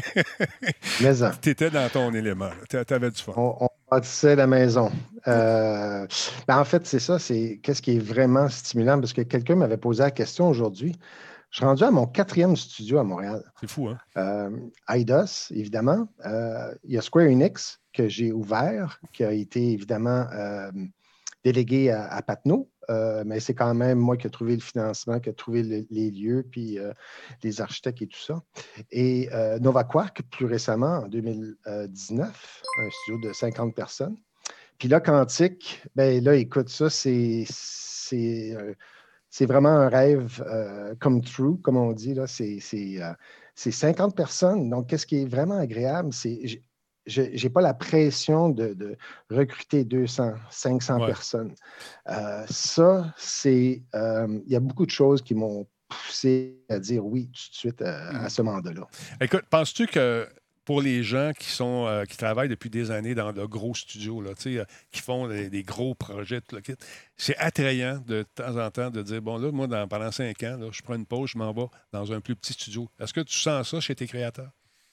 E: Mais ça.
A: Tu étais dans ton élément. Tu avais du fun.
E: On, on bâtissait la maison. Euh, ben en fait, c'est ça. C'est qu'est-ce qui est vraiment stimulant? Parce que quelqu'un m'avait posé la question aujourd'hui. je suis rendu à mon quatrième studio à Montréal.
A: C'est fou, hein?
E: Euh, Eidos, évidemment. Euh, il y a Square Enix que j'ai ouvert, qui a été évidemment euh, délégué à, à Patnaud, euh, mais c'est quand même moi qui ai trouvé le financement, qui ai trouvé le, les lieux, puis euh, les architectes et tout ça. Et euh, Nova Quark, plus récemment, en deux mille dix-neuf, un studio de cinquante personnes. Puis là, Quantique, ben là, écoute, ça, c'est, c'est, euh, c'est vraiment un rêve euh, come true, comme on dit. Là. C'est, c'est, euh, c'est cinquante personnes. Donc, qu'est-ce qui est vraiment agréable, c'est je n'ai pas la pression de, de recruter deux cents, cinq cents ouais. personnes. Euh, ça, c'est... Euh, il y a beaucoup de choses qui m'ont poussé à dire oui tout de suite à, à ce mandat-là.
A: Écoute, penses-tu que pour les gens qui sont euh, qui travaillent depuis des années dans de gros studios, là, euh, qui font des, des gros projets, tout le kit, c'est attrayant de, de temps en temps de dire, bon, là, moi, dans, pendant cinq ans, là, je prends une pause, je m'en vais dans un plus petit studio. Est-ce que tu sens ça chez tes créateurs?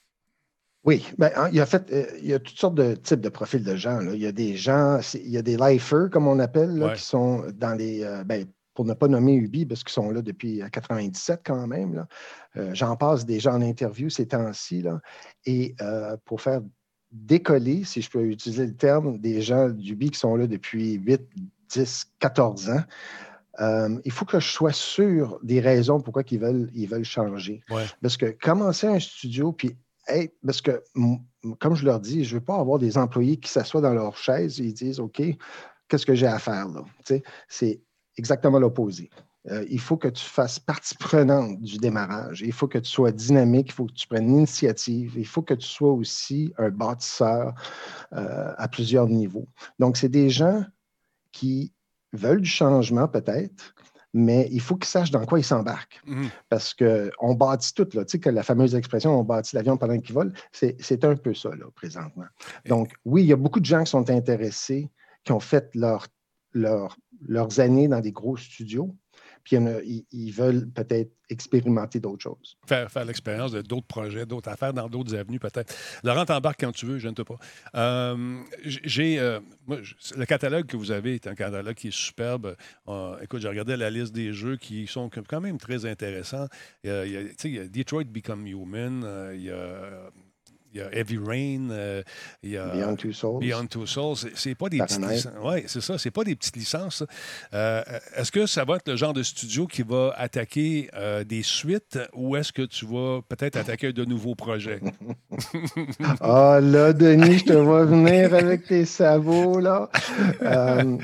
E: Oui, ben, hein, il, y a fait, euh, il y a toutes sortes de types de profils de gens. Là. Il y a des gens, il y a des lifers, comme on appelle, là, ouais. qui sont dans les... Euh, ben, pour ne pas nommer Ubi, parce qu'ils sont là depuis quatre-vingt-dix-sept quand même. Là. Euh, j'en passe des gens en interview ces temps-ci. Là. Et euh, pour faire décoller, si je peux utiliser le terme, des gens d'Ubi qui sont là depuis huit, dix, quatorze ans, euh, il faut que je sois sûr des raisons pourquoi ils veulent, ils veulent changer.
A: Ouais. Parce
E: que commencer un studio, puis hey, parce que, comme je leur dis, je ne veux pas avoir des employés qui s'assoient dans leur chaise et ils disent, OK, qu'est-ce que j'ai à faire là? Tu sais, c'est exactement l'opposé. Euh, il faut que tu fasses partie prenante du démarrage. Il faut que tu sois dynamique, il faut que tu prennes l'initiative. Il faut que tu sois aussi un bâtisseur euh, à plusieurs niveaux. Donc, c'est des gens qui veulent du changement peut-être, mais il faut qu'ils sachent dans quoi ils s'embarquent. Mm-hmm. Parce qu'on bâtit tout, là. Tu sais, que la fameuse expression « on bâtit l'avion pendant qu'il vole », c'est, c'est un peu ça, là, présentement. Donc, oui, il y a beaucoup de gens qui sont intéressés, qui ont fait leur, leur, leurs années dans des gros studios, puis il y en a, ils, ils veulent peut-être expérimenter d'autres choses.
A: Faire, faire l'expérience de d'autres projets, d'autres affaires dans d'autres avenues, peut-être. Laurent, t'embarques quand tu veux, je ne te pas. Euh, j'ai, euh, moi, le catalogue que vous avez est un catalogue qui est superbe. Euh, écoute, j'ai regardé la liste des jeux qui sont quand même très intéressants. Il y a, il y a, il y a Detroit Become Human, euh, il y a... Il y a Heavy Rain, euh, il y a
E: Beyond Two Souls.
A: Beyond Two Souls. C'est, c'est pas des petites licences. Oui, c'est ça. C'est pas des petites licences. Euh, est-ce que ça va être le genre de studio qui va attaquer euh, des suites ou est-ce que tu vas peut-être attaquer de nouveaux projets?
E: Ah là, Denis, je te vois venir avec tes sabots, là. Euh,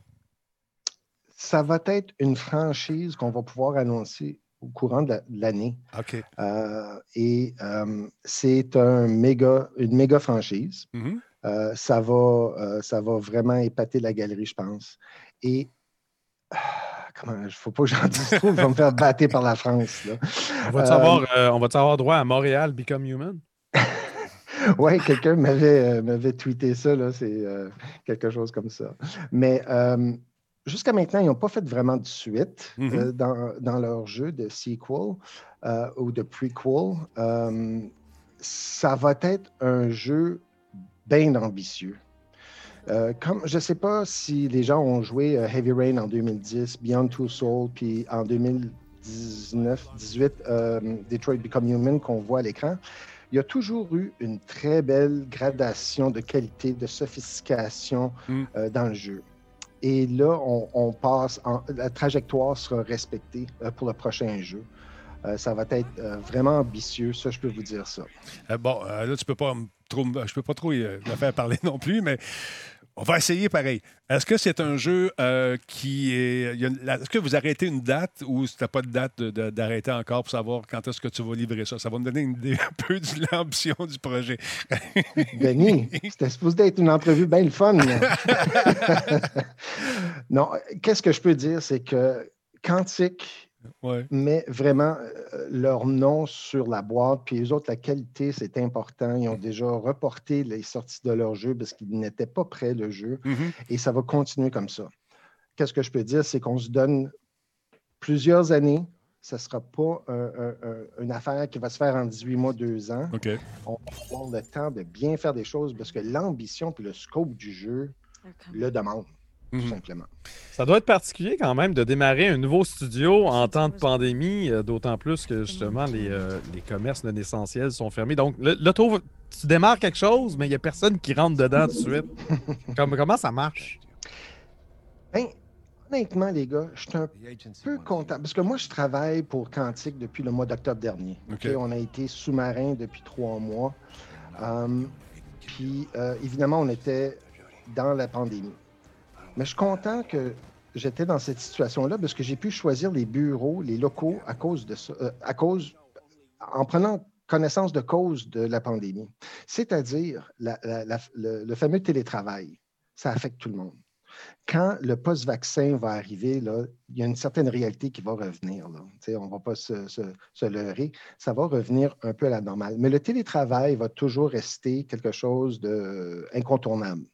E: ça va être une franchise qu'on va pouvoir annoncer au courant de, la, de l'année.
A: OK.
E: Euh, et euh, c'est un méga, une méga franchise. Mm-hmm. Euh, ça, va, euh, ça va vraiment épater la galerie, je pense. Et euh, comment, il ne faut pas que j'en dise trop, je vais me faire battre par la France. Là.
B: On va-tu euh, avoir, euh, on va-tu avoir droit à Montréal Become Human?
E: Oui, quelqu'un m'avait, euh, m'avait tweeté ça, là, c'est euh, quelque chose comme ça. Mais euh, jusqu'à maintenant, ils n'ont pas fait vraiment de suite mm-hmm. euh, dans, dans leur jeu de sequel euh, ou de prequel. Euh, ça va être un jeu bien ambitieux. Euh, comme, je ne sais pas si les gens ont joué euh, Heavy Rain en deux mille dix, Beyond Two Souls, puis en deux mille dix-neuf dix-huit, euh, Detroit Become Human qu'on voit à l'écran. Il y a toujours eu une très belle gradation de qualité, de sophistication mm. euh, dans le jeu. Et là, on, on passe, en, la trajectoire sera respectée euh, pour le prochain jeu. Euh, ça va être euh, vraiment ambitieux, ça, je peux vous dire ça.
A: Euh, bon, euh, là, tu peux pas trop, je peux pas trop euh, le faire parler non plus, mais on va essayer pareil. Est-ce que c'est un jeu euh, qui est... Il y a, est-ce que vous arrêtez une date ou tu n'as pas de date de, de, d'arrêter encore pour savoir quand est-ce que tu vas livrer ça? Ça va me donner une idée un peu de l'ambition du projet.
E: Denis, c'était supposé être une entrevue bien le fun. Non, qu'est-ce que je peux dire, c'est que Quantique ouais. met vraiment euh, leur nom sur la boîte, puis les autres, la qualité, c'est important. Ils ont déjà reporté les sorties de leur jeu parce qu'ils n'étaient pas prêts, le jeu, mm-hmm. et ça va continuer comme ça. Qu'est-ce que je peux dire, c'est qu'on se donne plusieurs années. Ce ne sera pas un, un, un, une affaire qui va se faire en dix-huit mois, deux ans.
A: Okay.
E: On va avoir le temps de bien faire des choses parce que l'ambition et le scope du jeu okay. le demandent. tout
A: Mhm.
E: simplement.
B: Ça doit être particulier quand même de démarrer un nouveau studio en temps de pandémie, euh, d'autant plus que justement les, euh, les commerces non essentiels sont fermés. Donc là, là, tu tu démarres quelque chose, mais il n'y a personne qui rentre dedans tout de suite. Comme, comment ça marche?
E: Ben, honnêtement, les gars, je suis un peu content. Parce que moi, je travaille pour Quantique depuis le mois d'octobre dernier.
A: OK.
E: OK? On a été sous-marin depuis trois mois. Um, puis, euh, évidemment, on était dans la pandémie. Mais je suis content que j'étais dans cette situation-là parce que j'ai pu choisir les bureaux, les locaux à cause de ça, euh, à cause, en prenant connaissance de cause de la pandémie. C'est-à-dire la- la- la- le, le fameux télétravail. Ça affecte tout le monde. Quand le post-vaccin va arriver, là, il y a une certaine réalité qui va revenir. Là. On ne va pas se, se, se leurrer. Ça va revenir un peu à la normale. Mais le télétravail va toujours rester quelque chose d'incontournable.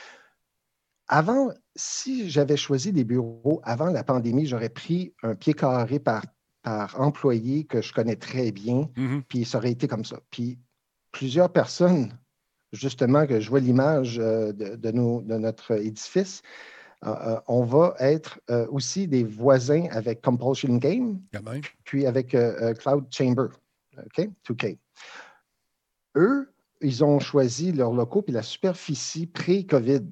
E: Avant, si j'avais choisi des bureaux avant la pandémie, j'aurais pris un pied carré par, par employé que je connais très bien,
A: Mhm.
E: puis ça aurait été comme ça. Puis plusieurs personnes, justement, que je vois l'image euh, de, de, nos, de notre édifice, euh, on va être euh, aussi des voisins avec Compulsion Game,
A: Quand même.
E: puis avec euh, euh, Cloud Chamber, OK, deux K. Eux, ils ont choisi leurs locaux puis la superficie pré-COVID.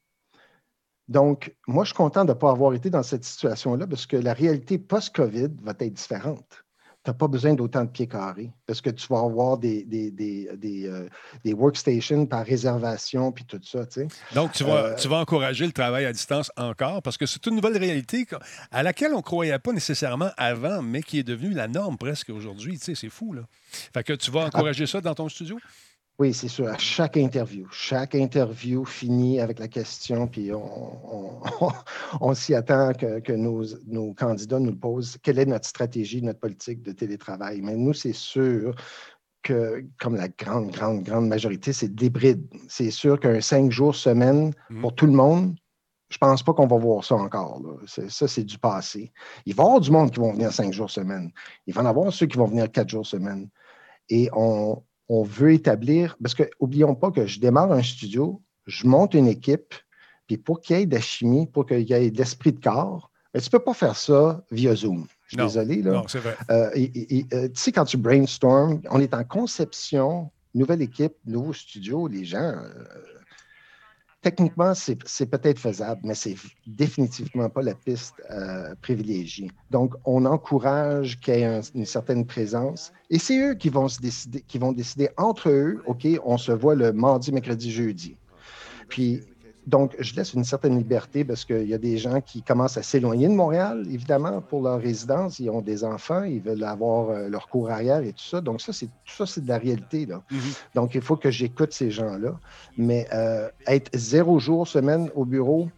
E: Donc, moi, je suis content de ne pas avoir été dans cette situation-là parce que la réalité post-COVID va être différente. Tu n'as pas besoin d'autant de pieds carrés parce que tu vas avoir des, des, des, des, euh, des workstations par réservation puis tout ça. Tu sais.
A: Donc, tu vas,
E: Euh,
A: tu vas encourager le travail à distance encore parce que c'est une nouvelle réalité que- à laquelle on ne croyait pas nécessairement avant, mais qui est devenue la norme presque aujourd'hui. Tu sais, c'est fou, là. Fait que tu vas encourager ça dans ton studio?
E: Oui, c'est sûr. À chaque interview, chaque interview finit avec la question, puis on, on, on s'y attend que, que nos, nos candidats nous le posent. Quelle est notre stratégie, notre politique de télétravail? Mais nous, c'est sûr que, comme la grande, grande, grande majorité, c'est de l'hybride. C'est sûr qu'un cinq jours semaine
A: Mhm.
E: pour tout le monde, je ne pense pas qu'on va voir ça encore. Là. C'est, ça, c'est du passé. Il va y avoir du monde qui vont venir cinq jours semaine. Il va y en avoir ceux qui vont venir quatre jours semaine. Et on, on veut établir, parce que n'oublions pas que je démarre un studio, je monte une équipe, puis pour qu'il y ait de la chimie, pour qu'il y ait de l'esprit de corps, ben, tu ne peux pas faire ça via Zoom. Je suis
A: Non,
E: désolé. Là.
A: non, c'est vrai.
E: Euh, et- et- et, euh, tu sais, quand tu brainstorm, on est en conception, nouvelle équipe, nouveau studio, les gens, euh, techniquement, c'est, c'est peut-être faisable, mais c'est définitivement pas la piste euh, privilégiée. Donc, on encourage qu'il y ait un- une certaine présence et c'est eux qui vont se décider, qui vont décider entre eux, OK, on se voit le mardi, mercredi, jeudi. Puis, donc, je laisse une certaine liberté parce qu'il y a des gens qui commencent à s'éloigner de Montréal, évidemment, pour leur résidence. Ils ont des enfants, ils veulent avoir euh, leur cours arrière et tout ça. Donc, ça, c'est, tout ça, c'est de la réalité, là.
A: Mhm.
E: Donc, il faut que j'écoute ces gens-là. Mais euh, être zéro jour semaine au bureau,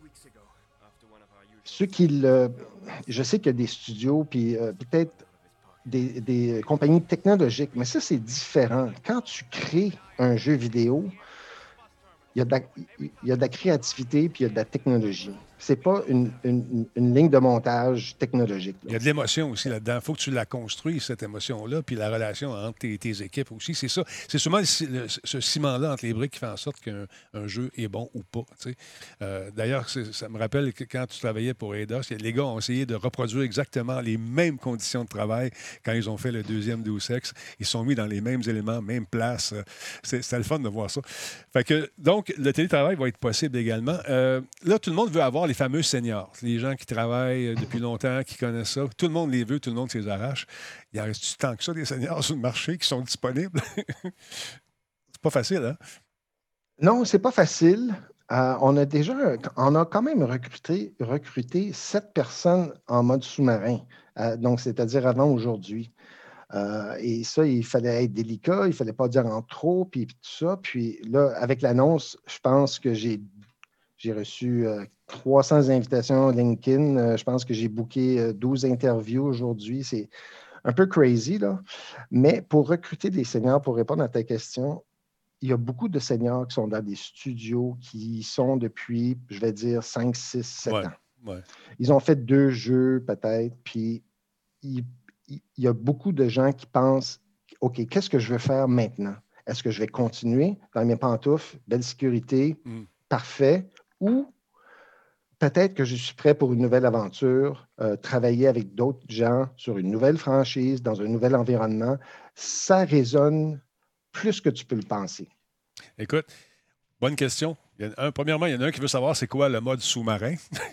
E: ceux qui le... Je sais qu'il y a des studios, puis euh, peut-être des, des compagnies technologiques, mais ça, c'est différent. Quand tu crées un jeu vidéo, il y a de la, il y a de la créativité puis il y a de la technologie. C'est pas une, une, une ligne de montage technologique. Là.
A: Il y a de l'émotion aussi là-dedans. Il faut que tu la construises, cette émotion-là, puis la relation entre tes, tes équipes aussi. C'est ça. C'est souvent le, le, ce ciment-là entre les briques qui fait en sorte qu'un un jeu est bon ou pas. Tu sais. Euh, d'ailleurs, c'est, ça me rappelle que quand tu travaillais pour Eidos, les gars ont essayé de reproduire exactement les mêmes conditions de travail quand ils ont fait le deuxième Deus Ex. Ils se sont mis dans les mêmes éléments, même place. C'est, c'était le fun de voir ça. Fait que, donc, le télétravail va être possible également. Euh, là, tout le monde veut avoir les fameux seniors, les gens qui travaillent depuis longtemps, qui connaissent ça. Tout le monde les veut, tout le monde les arrache. Il en reste tant que ça des seniors sur le marché qui sont disponibles? C'est pas facile, hein?
E: Non, c'est pas facile. Euh, on a déjà, on a quand même recruté, recruté sept personnes en mode sous-marin, euh, donc c'est-à-dire avant aujourd'hui. Euh, et ça, il fallait être délicat, il ne fallait pas dire en trop, puis, puis tout ça. Puis là, avec l'annonce, je pense que j'ai, j'ai reçu euh, trois cents invitations LinkedIn. Euh, je pense que j'ai booké euh, douze interviews aujourd'hui. C'est un peu crazy, là. Mais pour recruter des seniors, pour répondre à ta question, il y a beaucoup de seniors qui sont dans des studios qui sont depuis, je vais dire, cinq, six, sept
A: Ouais,
E: ans.
A: ouais.
E: Ils ont fait deux jeux peut-être, puis il, il y a beaucoup de gens qui pensent, OK, qu'est-ce que je veux faire maintenant? Est-ce que je vais continuer dans mes pantoufles, belle sécurité,
A: Mm.
E: parfait, ou peut-être que je suis prêt pour une nouvelle aventure, euh, travailler avec d'autres gens sur une nouvelle franchise, dans un nouvel environnement. Ça résonne plus que tu peux le penser.
A: Écoute, bonne question. Il y a un, premièrement, il y en a un qui veut savoir c'est quoi le mode sous-marin.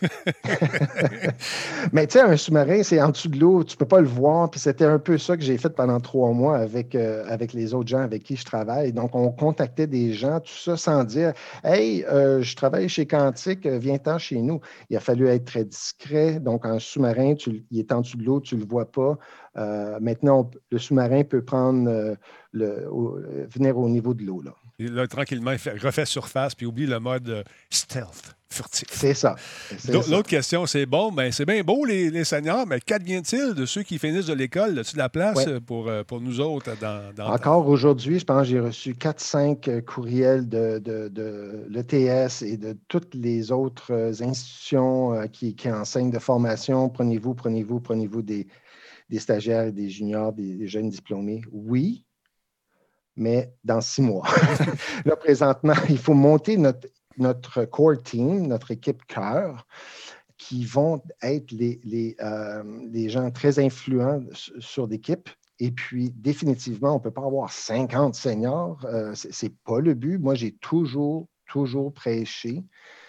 E: Mais tu sais, un sous-marin, c'est en dessous de l'eau, tu ne peux pas le voir. Puis c'était un peu ça que j'ai fait pendant trois mois avec, euh, avec les autres gens avec qui je travaille. Donc, on contactait des gens, tout ça sans dire Hey, euh, je travaille chez Quantique, viens-t'en chez nous. Il a fallu être très discret. Donc, un sous-marin, tu, il est en dessous de l'eau, tu ne le vois pas. Euh, maintenant, on, le sous-marin peut prendre euh, le, au, venir au niveau de l'eau, là.
A: Et là, tranquillement, il fait, refait surface puis oublie le mode euh, stealth, furtif.
E: C'est ça. C'est
A: L'autre
E: ça.
A: question, c'est bon, ben, c'est bien beau les, les seniors, mais qu'advient-il de ceux qui finissent de l'école? As-tu de la place
E: Ouais.
A: pour, pour nous autres dans, dans
E: Encore aujourd'hui, je pense que j'ai reçu quatre cinq courriels de, de, de l'E T S et de toutes les autres institutions qui, qui enseignent de formation. Prenez-vous, prenez-vous, prenez-vous des, des stagiaires, des juniors, des, des jeunes diplômés. Oui, mais dans six mois. Là, présentement, il faut monter notre, notre core team, notre équipe cœur, qui vont être les, les, euh, les gens très influents sur l'équipe. Et puis, définitivement, on ne peut pas avoir cinquante seniors. Euh, ce n'est pas le but. Moi, j'ai toujours, toujours prêché.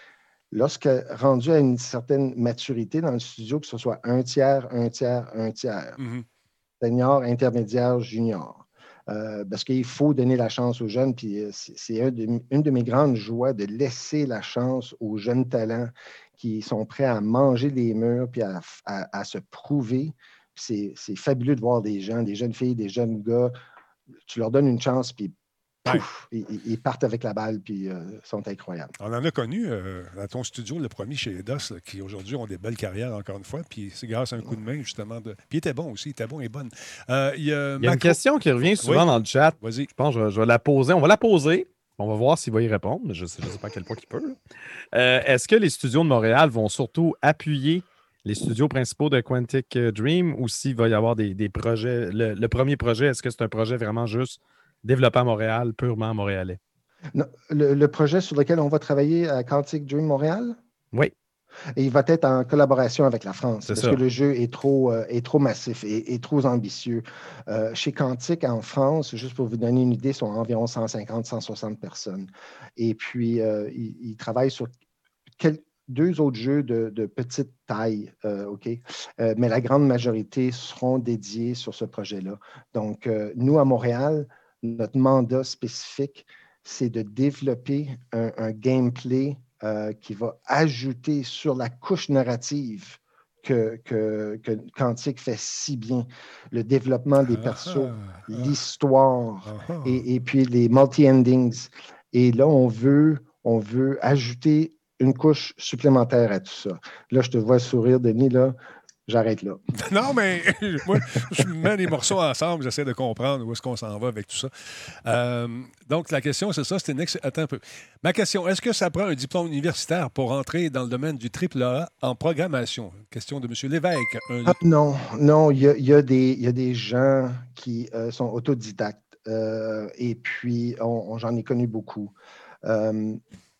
E: Lorsque rendu à une certaine maturité dans le studio, que ce soit un tiers, un tiers, un tiers, mm-hmm. senior, intermédiaire, junior. Euh, parce qu'il faut donner la chance aux jeunes, puis c'est un de, une de mes grandes joies de laisser la chance aux jeunes talents qui sont prêts à manger les murs puis à, à, à se prouver. C'est fabuleux de voir des gens, des jeunes filles, des jeunes gars, tu leur donnes une chance, puis pouf, ouais. ils, ils partent avec la balle, puis euh, sont incroyables.
A: On en a connu euh, dans ton studio, le premier chez Eidos, là, qui aujourd'hui ont des belles carrières, encore une fois, puis c'est grâce à un coup de main, justement. De... Puis il était bon aussi, il était bon et bonne. Euh, il y a,
B: il y a une question qui revient souvent oui. dans le chat.
A: Vas-y.
B: Je pense que je vais, je vais la poser. On va la poser. On va voir s'il va y répondre, mais je ne sais, sais pas à quel point il peut. Euh, Est-ce que les studios de Montréal vont surtout appuyer les studios principaux de Quantic Dream ou s'il va y avoir des, des projets? Le, le premier projet, est-ce que c'est un projet vraiment juste développé à Montréal, purement montréalais?
E: Non, le, le projet sur lequel on va travailler à Quantic Dream Montréal?
B: Oui.
E: Et il va être en collaboration avec la France parce
B: ça.
E: que le jeu est trop, euh, est trop massif et, et trop ambitieux. Euh, chez Quantic, en France, juste pour vous donner une idée, sont environ cent cinquante à cent soixante personnes. Et puis, euh, ils, ils travaillent sur quel, deux autres jeux de, de petite taille, euh, OK? Euh, mais la grande majorité seront dédiés sur ce projet-là. Donc, euh, nous, à Montréal, notre mandat spécifique, c'est de développer un, un gameplay euh, qui va ajouter sur la couche narrative que, que, que Quantic fait si bien. Le développement des persos, ah, ah, l'histoire ah, ah. et, et puis les multi-endings. Et là, on veut, on veut ajouter une couche supplémentaire à tout ça. Là, je te vois sourire, Denis, là. J'arrête là.
A: Non, mais moi, je mets les morceaux ensemble, j'essaie de comprendre où est-ce qu'on s'en va avec tout ça. Euh, donc, la question, c'est ça, c'était une ex... Attends un peu. Ma question, est-ce que ça prend un diplôme universitaire pour entrer dans le domaine du triple A en programmation? Question de M. Lévesque. Un...
E: Ah, non, non, il y a, il y a des, il y a des gens qui euh, sont autodidactes euh, et puis on, on, j'en ai connu beaucoup. Euh,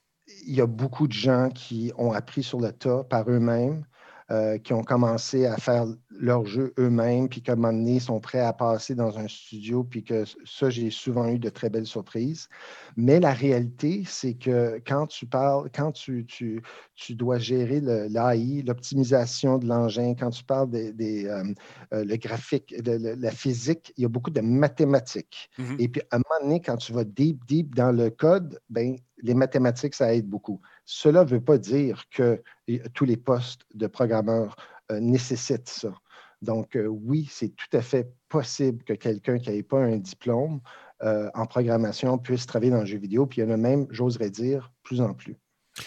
E: il y a beaucoup de gens qui ont appris sur le tas par eux-mêmes. Euh, qui ont commencé à faire leur jeu eux-mêmes, puis qu'à un moment donné, ils sont prêts à passer dans un studio, puis que ça, j'ai souvent eu de très belles surprises. Mais la réalité, c'est que quand tu parles, quand tu, tu, tu dois gérer l'A I, l'optimisation de l'engin, quand tu parles des, des, euh, euh, le graphique, le, le, la physique, il y a beaucoup de mathématiques. Mm-hmm. Et puis, à un moment donné, quand tu vas deep, deep dans le code, ben les mathématiques, ça aide beaucoup. Cela ne veut pas dire que tous les postes de programmeurs euh, nécessitent ça. Donc, euh, oui, c'est tout à fait possible que quelqu'un qui n'ait pas un diplôme euh, en programmation puisse travailler dans le jeu vidéo. Puis il y en a même, j'oserais dire, plus en plus.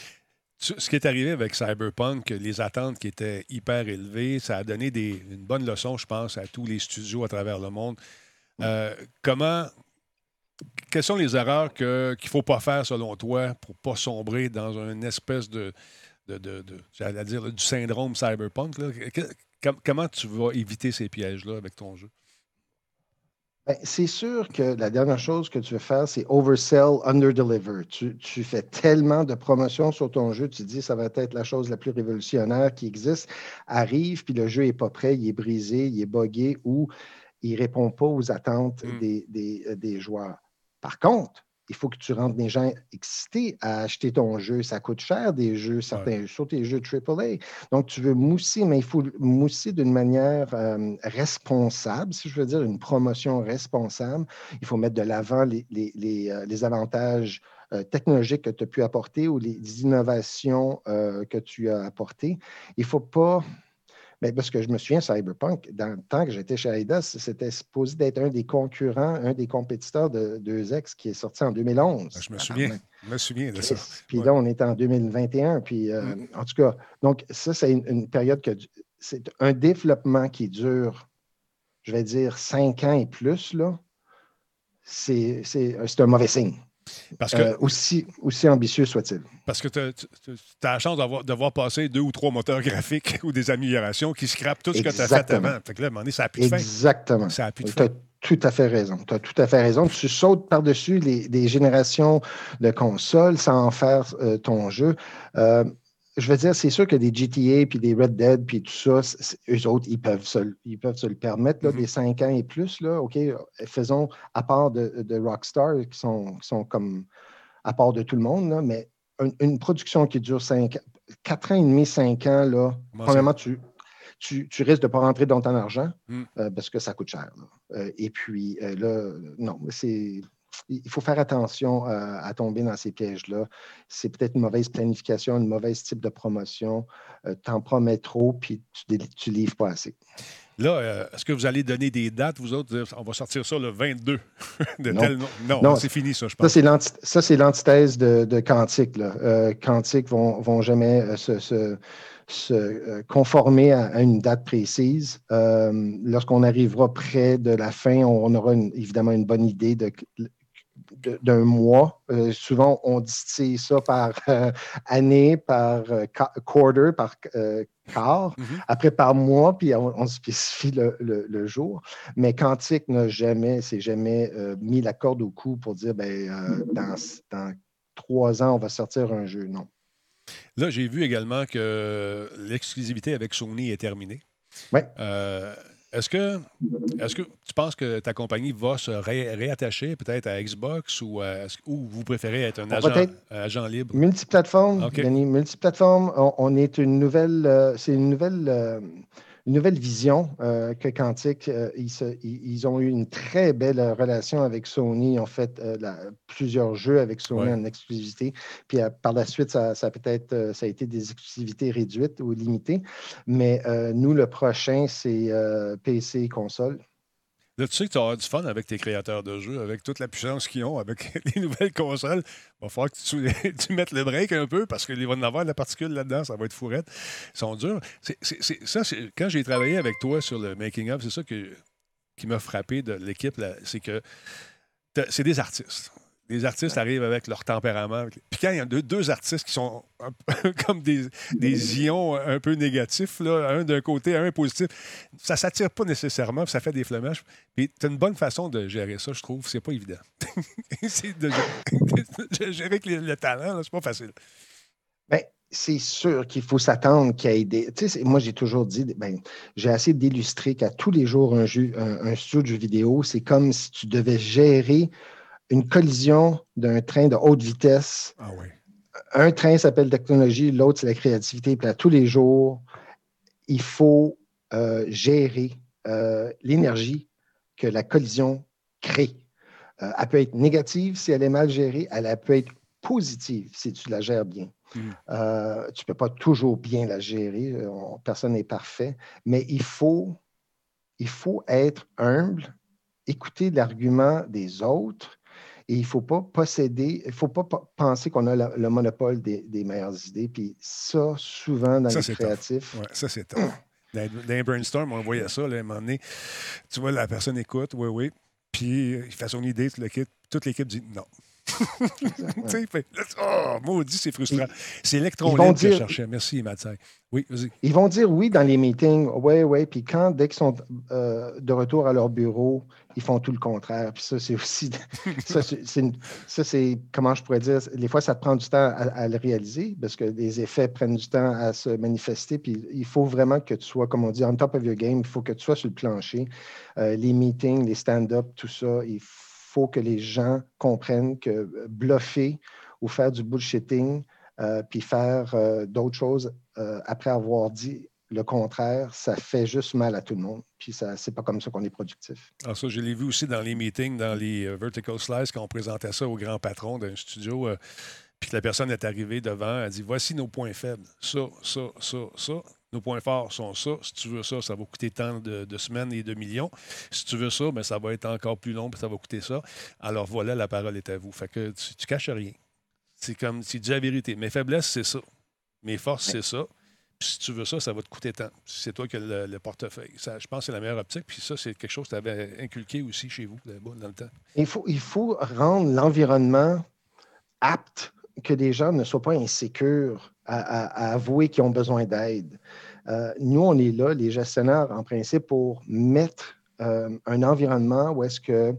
A: Ce qui est arrivé avec Cyberpunk, les attentes qui étaient hyper élevées, ça a donné des, une bonne leçon, je pense, à tous les studios à travers le monde. Euh, comment... Quelles sont les erreurs qu'il ne faut pas faire, selon toi, pour ne pas sombrer dans une espèce de, de, de, de j'allais dire, là, du syndrome cyberpunk? Là? Que, que, comment tu vas éviter ces pièges-là avec ton jeu?
E: Ben, c'est sûr que la dernière chose que tu veux faire, c'est oversell, underdeliver. Tu, tu fais tellement de promotions sur ton jeu, tu te dis ça va être la chose la plus révolutionnaire qui existe. Arrive, puis le jeu n'est pas prêt, il est brisé, il est buggé ou il ne répond pas aux attentes
A: Mm.
E: des, des, des joueurs. Par contre, il faut que tu rendes les gens excités à acheter ton jeu. Ça coûte cher des jeux, certains, sur tes jeux triple A. Donc, tu veux mousser, mais il faut mousser d'une manière euh, responsable, si je veux dire, une promotion responsable. Il faut mettre de l'avant les, les, les, euh, les avantages euh, technologiques que tu as pu apporter ou les innovations euh, que tu as apportées. Il ne faut pas... Mais parce que je me souviens, Cyberpunk, dans le temps que j'étais chez Eidos, c'était supposé d'être un des concurrents, un des compétiteurs de deux X qui est sorti en deux mille onze.
A: Je me souviens, je me souviens de ça.
E: Puis
A: Ouais.
E: là, on est en deux mille vingt et un. Puis, euh,
A: Mm.
E: en tout cas, donc ça, c'est une, une période que c'est un développement qui dure, je vais dire, cinq ans et plus, là. C'est, c'est, c'est un mauvais signe.
A: Parce que,
E: Euh, aussi, aussi ambitieux soit-il.
A: parce que tu as la chance d'avoir, de voir passer deux ou trois moteurs graphiques ou des améliorations qui scrapent tout ce que tu as fait
E: Exactement.
A: avant. Fait que là, à un moment donné, ça n'a plus de fin.
E: Exactement.
A: Ça n'a plus de
E: Tu
A: fin.
E: as tout à fait raison. Tu as tout à fait raison. Tu sautes par-dessus les, des générations de consoles sans en faire euh, ton jeu. Euh, je veux dire, c'est sûr que des G T A puis des Red Dead puis tout ça, c'est- c'est- eux autres, ils peuvent se, le- ils peuvent se le permettre, là,
A: Mhm.
E: des cinq ans et plus. Là, OK, faisons à part de, de Rockstar qui sont, qui sont comme à part de tout le monde, là, mais une, une production qui dure cinq, quatre ans et demi, cinq ans, là,
A: Comment
E: premièrement,
A: ça?
E: tu, tu, tu risques de ne pas rentrer dans ton argent
A: Mm.
E: euh, parce que ça coûte cher. Là. Euh, et puis euh, là, non, c'est. Il faut faire attention euh, à tomber dans ces pièges-là. C'est peut-être une mauvaise planification, une mauvaise type de promotion. Euh, tu en promets trop, puis tu ne livres pas assez.
A: Là, euh, est-ce que vous allez donner des dates, vous autres? Dire, on va sortir ça le vingt-deux de
E: Non.
A: tel nom. Non,
E: Non,
A: c'est fini, ça, je
E: Ça,
A: pense.
E: c'est, l'anti- ça, c'est l'antithèse de, de Quantique. Là. Euh, Quantique vont, vont jamais euh, se, se- se, euh, conformer à, à une date précise. Euh, lorsqu'on arrivera près de la fin, on, on aura une- évidemment une bonne idée de, de- d'un mois. Euh, souvent, on distille ça par euh, année, par euh, qua- quarter, par euh, quart,
A: Mhm.
E: après par mois, puis on, on spécifie le, le- le jour. Mais Quantique n'a jamais, s'est jamais euh, mis la corde au cou pour dire, ben, euh, dans, dans trois ans, on va sortir un jeu. Non.
A: Là, j'ai vu également que l'exclusivité avec Sony est terminée.
E: Ouais.
A: Euh, est-ce que, est-ce que tu penses que ta compagnie va se ré- réattacher peut-être à Xbox ou, à- ou vous préférez être un
E: On va
A: agent,
E: être
A: agent libre?
E: Multiplateforme,
A: OK.
E: Denis, multiplateforme. On, on est une nouvelle, euh, c'est une nouvelle, euh, une nouvelle vision euh, que Quantique. Euh, ils, se- ils- ils ont eu une très belle relation avec Sony. Ils ont fait euh, la- plusieurs jeux avec Sony
A: Ouais.
E: en exclusivité. Puis euh, par la suite, ça, ça a peut-être, euh, ça a été des exclusivités réduites ou limitées. Mais euh, nous, le prochain, c'est euh, P C console.
A: Là, tu sais que tu vas avoir du fun avec tes créateurs de jeux, avec toute la puissance qu'ils ont, avec les nouvelles consoles. Il va falloir que tu, tu mettes le break un peu parce qu'il va en avoir de la particule là-dedans, ça va être fourrette. Ils sont durs. C'est, c'est- c'est- ça, c'est- quand j'ai travaillé avec toi sur le making-of, c'est ça que, qui m'a frappé de l'équipe, là, c'est que t'as- c'est des artistes. Les artistes arrivent avec leur tempérament. Puis quand il y a deux, deux artistes qui sont un peu comme des, des ions un peu négatifs, là, un d'un côté, un positif, ça ne s'attire pas nécessairement, puis ça fait des flemmages. Puis tu as une bonne façon de gérer ça, je trouve. C'est pas évident. c'est de gérer, de gérer avec le, le talent, là, c'est pas facile.
E: Bien, c'est sûr qu'il faut s'attendre qu'il y ait des. Tu sais, c'est- moi, j'ai toujours dit, ben, j'ai essayé d'illustrer qu'à tous les jours, un, jeu, un, un studio de jeux vidéo, c'est comme si tu devais gérer une collision d'un train de haute vitesse.
A: Ah oui.
E: Un train s'appelle technologie, l'autre, c'est la créativité. Puis à tous les jours, il faut euh, gérer euh, l'énergie que la collision crée. Euh, elle peut être négative si elle est mal gérée, elle, elle peut être positive si tu la gères bien.
A: Mm.
E: Euh, tu ne peux pas toujours bien la gérer, on- personne n'est parfait, mais il faut, il faut être humble, écouter l'argument des autres. Et il ne faut pas posséder, il ne faut pas p- penser qu'on a la- le monopole des, des meilleures idées. Puis ça, souvent, dans
A: Ça,
E: les
A: c'est
E: créatifs,
A: Ouais, ça, c'est top. Dans, dans les brainstorm, on voyait ça, là, à un moment donné. Tu vois, la personne écoute, oui, oui. Puis il fait son idée, toute l'équipe, toute l'équipe dit non. Tu sais, fait- oh, maudit, c'est frustrant. C'est Electron
E: ils vont
A: Libre que je
E: dire-
A: cherchais. Merci, Mathieu. Oui, vas-y.
E: Ils vont dire oui dans les meetings, oui, oui, puis quand, dès qu'ils sont euh, de retour à leur bureau, ils font tout le contraire. Puis ça, c'est aussi, ça, c'est, c'est une- ça, c'est, comment je pourrais dire, des fois, ça te prend du temps à, à le réaliser parce que les effets prennent du temps à se manifester. Puis il faut vraiment que tu sois, comme on dit, on top of your game, il faut que tu sois sur le plancher. Euh, les meetings, les stand-up, tout ça, il faut que les gens comprennent que bluffer ou faire du bullshitting, Euh, puis faire euh, d'autres choses euh, après avoir dit le contraire, ça fait juste mal à tout le monde. Puis ça, c'est pas comme ça qu'on est productif.
A: Alors ça, je l'ai vu aussi dans les meetings, dans les euh, Vertical Slice, quand on présentait ça au grand patron d'un studio, euh, puis que la personne est arrivée devant, elle dit « Voici nos points faibles. Ça, ça, ça, ça. Nos points forts sont ça. Si tu veux ça, ça va coûter tant de, de semaines et de millions. Si tu veux ça, bien, ça va être encore plus long, puis ça va coûter ça. Alors voilà, la parole est à vous. » Fait que tu, tu caches rien. C'est comme, tu dis la vérité. Mes faiblesses, c'est ça. Mes forces, c'est ça. Puis si tu veux ça, ça va te coûter tant. C'est toi qui as le, le portefeuille. Ça, je pense que c'est la meilleure optique. Puis ça, c'est quelque chose que tu avais inculqué aussi chez vous, là-bas, dans le temps.
E: Il faut, il faut rendre l'environnement apte, que les gens ne soient pas insécures à, à, à avouer qu'ils ont besoin d'aide. Euh, nous, on est là, les gestionnaires, en principe, pour mettre euh, un environnement où est-ce que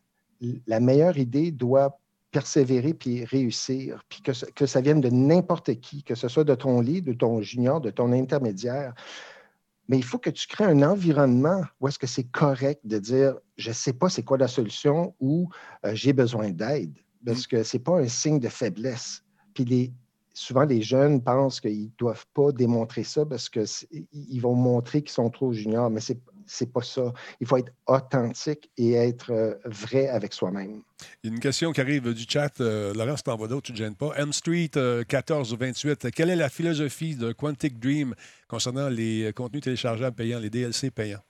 E: la meilleure idée doit persévérer puis réussir, puis que, que ça vienne de n'importe qui, que ce soit de ton lead, de ton junior, de ton intermédiaire. Mais il faut que tu crées un environnement où est-ce que c'est correct de dire « je ne sais pas c'est quoi la solution » ou euh, « j'ai besoin d'aide », parce que ce n'est pas un signe de faiblesse. Puis les, souvent, les jeunes pensent qu'ils ne doivent pas démontrer ça parce qu'ils vont montrer qu'ils sont trop juniors, mais ce n'est pas ça. Il faut être authentique et être euh, vrai avec soi-même.
A: Il y a une question qui arrive du chat. Euh, Laurent, si tu t'en vas d'autres, tu ne te gênes pas. M Street euh, quatorze vingt-huit. Quelle est la philosophie de Quantic Dream concernant les contenus téléchargeables payants, les D L C payants?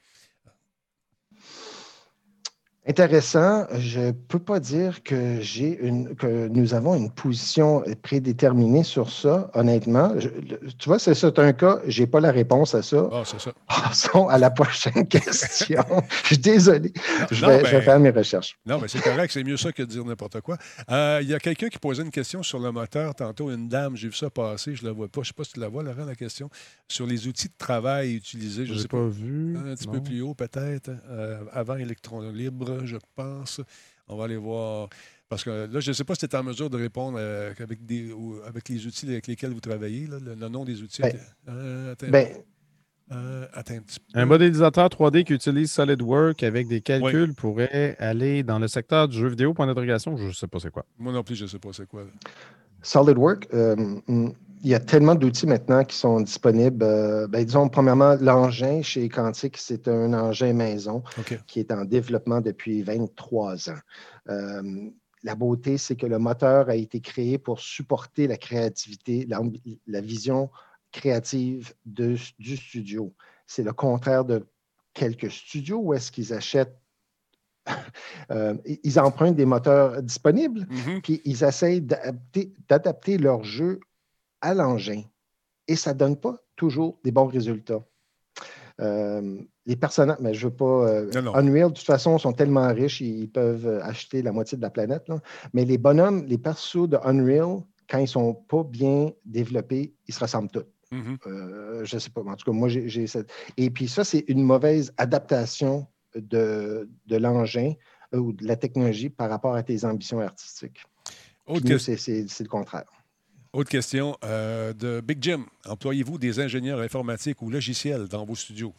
E: Intéressant. Je ne peux pas dire que, j'ai une, que nous avons une position prédéterminée sur ça, honnêtement. Je, tu vois, c'est ça, un cas, je n'ai pas la réponse à ça.
A: Ah, oh, c'est ça.
E: Passons à la prochaine question. Je suis désolé.
A: Non,
E: je,
A: non,
E: vais,
A: ben,
E: je vais faire mes recherches.
A: Non, mais c'est correct. C'est mieux ça que de dire n'importe quoi. Euh, il y a quelqu'un qui posait une question sur le moteur. Tantôt, une dame, j'ai vu ça passer. Je ne la vois pas. Je ne sais pas si tu la vois, Laurent, la question. Sur les outils de travail utilisés. Je ne sais pas.
B: pas vu.
A: Un petit
B: non.
A: peu plus haut, peut-être. Euh, avant Electron Libre, je pense. On va aller voir. Parce que là, je ne sais pas si tu es en mesure de répondre euh, avec, des, ou, avec les outils avec lesquels vous travaillez, là, le, le nom des outils.
E: Ben,
A: euh, attends,
E: ben,
A: euh, attends un petit peu.
B: Un modélisateur trois D qui utilise SolidWorks avec des calculs oui. pourrait aller dans le secteur du jeu vidéo, point d'interrogation. Je ne sais pas c'est quoi.
A: Moi non plus, je ne sais pas c'est quoi. Là.
E: SolidWorks, euh, il y a tellement d'outils maintenant qui sont disponibles. Euh, ben, disons, premièrement, l'engin chez Quantic, c'est un engin maison
A: okay.
E: qui est en développement depuis vingt-trois ans. Euh, la beauté, c'est que le moteur a été créé pour supporter la créativité, la, la vision créative de, du studio. C'est le contraire de quelques studios où est-ce qu'ils achètent Euh, ils empruntent des moteurs disponibles,
A: mm-hmm.
E: puis ils essayent d'adapter, d'adapter leur jeu à l'engin. Et ça ne donne pas toujours des bons résultats. Euh, les personnages, mais je ne veux pas... Euh,
A: non, non.
E: Unreal, de toute façon, sont tellement riches, ils peuvent acheter la moitié de la planète. Là. Mais les bonhommes, les persos de Unreal, quand ils ne sont pas bien développés, ils se ressemblent tous.
A: Mm-hmm.
E: Euh, je ne sais pas. En tout cas, moi, j'ai, j'ai cette... Et puis ça, c'est une mauvaise adaptation de, de l'engin euh, ou de la technologie par rapport à tes ambitions artistiques. Autre nous, que... c'est, c'est, c'est le contraire.
A: Autre question euh, de Big Jim. Employez-vous des ingénieurs informatiques ou logiciels dans vos studios?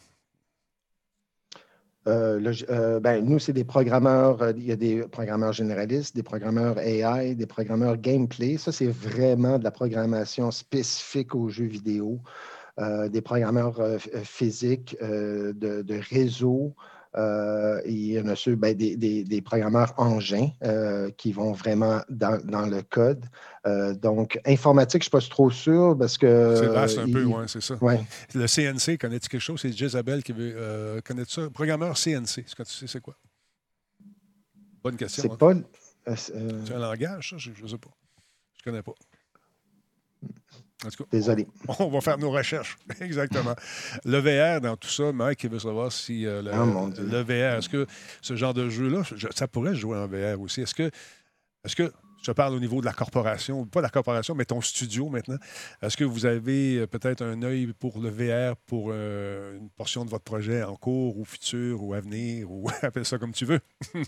E: Euh, le, euh, ben, nous, c'est des programmeurs. Euh, il y a des programmeurs généralistes, des programmeurs A I, des programmeurs gameplay. Ça, c'est vraiment de la programmation spécifique aux jeux vidéo. Euh, des programmeurs euh, physiques, euh, de, de réseau. Euh, il y en a ceux, ben, des, des, des programmeurs engins euh, qui vont vraiment dans, dans le code. Euh, donc, informatique, je ne suis pas trop sûr parce que...
A: C'est vaste un
E: il,
A: peu, oui, c'est ça.
E: Ouais.
A: Le C N C, connais-tu quelque chose? C'est Jezabel qui veut euh, connaître ça. Programmeur C N C, est-ce que tu sais c'est quoi? Bonne question.
E: C'est
A: hein?
E: pas... Euh, c'est
A: un langage, ça? Je ne sais pas. Je ne connais pas. En tout cas,
E: Désolé.
A: On, on va faire nos recherches. Exactement. Le V R, dans tout ça, Mike, il veut savoir si euh, le,
E: oh,
A: le V R, est-ce que ce genre de jeu-là, ça pourrait jouer en V R aussi? Est-ce que, est-ce que je te parle au niveau de la corporation, pas la corporation, mais ton studio maintenant. Est-ce que vous avez euh, peut-être un œil pour le V R, pour euh, une portion de votre projet en cours ou futur ou à venir, ou appelle ça comme tu veux?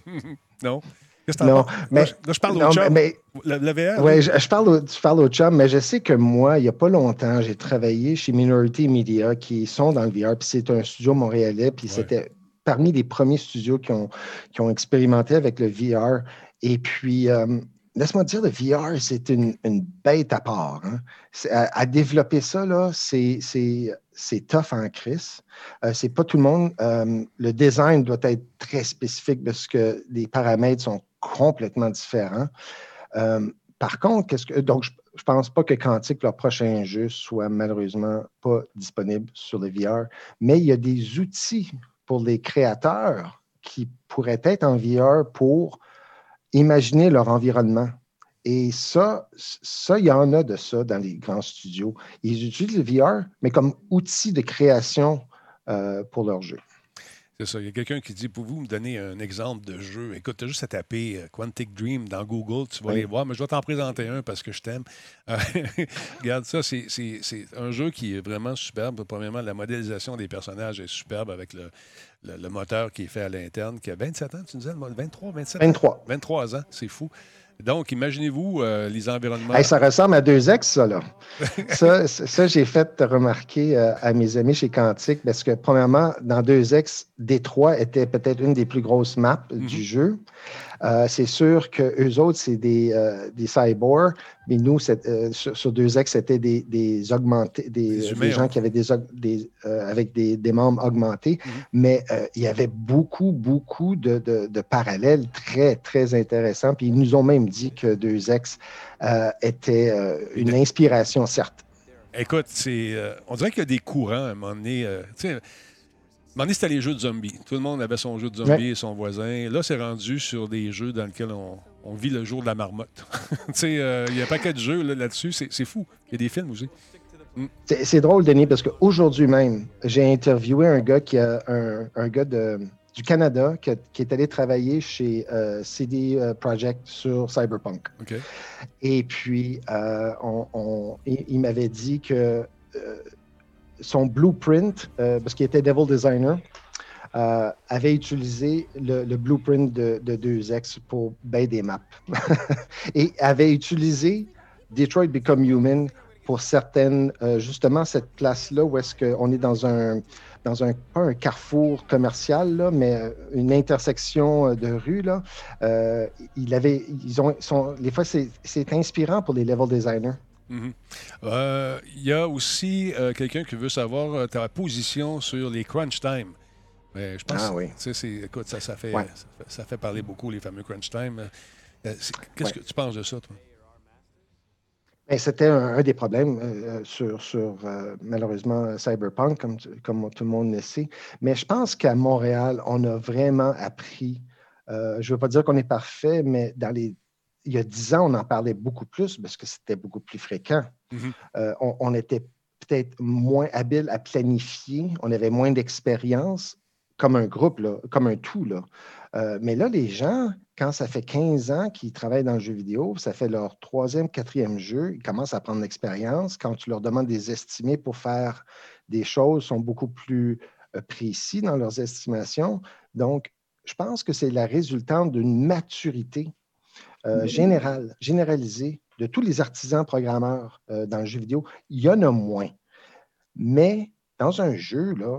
A: Non? Qu'est-ce que t'en
E: Non,
A: penses?
E: mais,
A: Là, je, là, je parle
E: non,
A: au chum.
E: mais,
A: Le, le V R?
E: oui, je, je, parle au, je parle au chum, mais je sais que moi, il n'y a pas longtemps, j'ai travaillé chez Minority Media qui sont dans le V R, puis c'est un studio montréalais, puis ouais. C'était parmi les premiers studios qui ont, qui ont expérimenté avec le V R. Et puis, euh, laisse-moi dire, le V R, c'est une, une bête à part. Hein. À, à développer ça, là, c'est, c'est, c'est tough en crise. Euh, c'est pas tout le monde. Euh, le design doit être très spécifique parce que les paramètres sont complètement différents. Euh, par contre, qu'est-ce que. Donc, je ne pense pas que Quantic, leur prochain jeu, soit malheureusement pas disponible sur le V R, mais il y a des outils pour les créateurs qui pourraient être en V R pour imaginer leur environnement. Et ça, ça, il y en a de ça dans les grands studios. Ils utilisent le V R, mais comme outil de création euh, pour leur jeu.
A: C'est ça. Il y a quelqu'un qui dit, pouvez-vous me donner un exemple de jeu? Écoute, tu as juste à taper euh, Quantic Dream dans Google, tu vas oui. les voir, mais je vais t'en présenter un parce que je t'aime. Euh, regarde ça, c'est, c'est, c'est un jeu qui est vraiment superbe. Premièrement, la modélisation des personnages est superbe avec le, le, le moteur qui est fait à l'interne, qui a vingt-sept ans, tu nous disais, vingt-trois, vingt-sept
E: vingt-trois.
A: Ans? vingt-trois ans, c'est fou. Donc, imaginez-vous euh, les environnements...
E: Hey, ça ressemble à deux ex, ça, là. ça, ça, j'ai fait remarquer euh, à mes amis chez Quantic, parce que, premièrement, dans deux ex, Détroit était peut-être une des plus grosses maps mm-hmm. du jeu. Euh, c'est sûr qu'eux autres, c'est des, euh, des cyborgs, mais nous, euh, sur, sur deux ex, c'était des, des augmentés, des, des, humains, des gens ouais. qui avaient des, des, euh, avec des, des membres augmentés, mm-hmm. mais euh, il y avait beaucoup, beaucoup de, de, de parallèles très, très intéressants. Puis ils nous ont même dit que deux ex euh, était euh, une inspiration, certes.
A: Écoute, c'est, euh, on dirait qu'il y a des courants à un moment donné. Euh, tu sais, À un moment donné, c'était les jeux de zombies. Tout le monde avait son jeu de zombies ouais. et son voisin. Là, c'est rendu sur des jeux dans lesquels on, on vit le jour de la marmotte. Tu sais, il euh, y a un paquet de jeux là, là-dessus. C'est, c'est fou. Il y a des films aussi.
E: Mm. C'est, c'est drôle, Denis, parce qu'aujourd'hui même, j'ai interviewé un gars qui a un, un gars de, du Canada qui, a, qui est allé travailler chez euh, C D Projekt sur Cyberpunk.
A: Okay.
E: Et puis, euh, on, on, il, il m'avait dit que euh, son blueprint, euh, parce qu'il était Devil Designer, euh, avait utilisé le, le blueprint de, de deux ex pour bien des maps. Et avait utilisé Detroit Become Human pour certaines, euh, justement, cette place-là où est-ce qu'on est dans un, dans un, pas un carrefour commercial, là, mais une intersection de rue, là. Euh, il avait, ils ont, sont, les fois, c'est, c'est inspirant pour les level designers.
A: Mm-hmm. Euh, y a aussi euh, quelqu'un qui veut savoir euh, ta position sur les crunch time. Mais je pense
E: ah, oui.
A: que c'est, écoute, ça, ça, fait,
E: ouais.
A: ça, fait, ça fait parler beaucoup, les fameux crunch time. Euh, qu'est-ce
E: ouais.
A: que tu penses de ça, toi?
E: Bien, c'était un, un des problèmes euh, sur, sur euh, malheureusement, Cyberpunk, comme, comme tout le monde le sait. Mais je pense qu'à Montréal, on a vraiment appris, euh, je ne veux pas dire qu'on est parfait, mais dans les il y a dix ans, on en parlait beaucoup plus parce que c'était beaucoup plus fréquent. Mm-hmm. Euh, on, on était peut-être moins habile à planifier, on avait moins d'expérience comme un groupe, là, comme un tout. Là. Euh, mais là, les gens, quand ça fait quinze ans qu'ils travaillent dans le jeu vidéo, ça fait leur troisième, quatrième jeu, ils commencent à prendre l'expérience. Quand tu leur demandes des estimés pour faire des choses, ils sont beaucoup plus euh, précis dans leurs estimations. Donc, je pense que c'est la résultante d'une maturité Euh, général, généralisé de tous les artisans programmeurs euh, dans le jeu vidéo. Il y en a moins. Mais dans un jeu, là,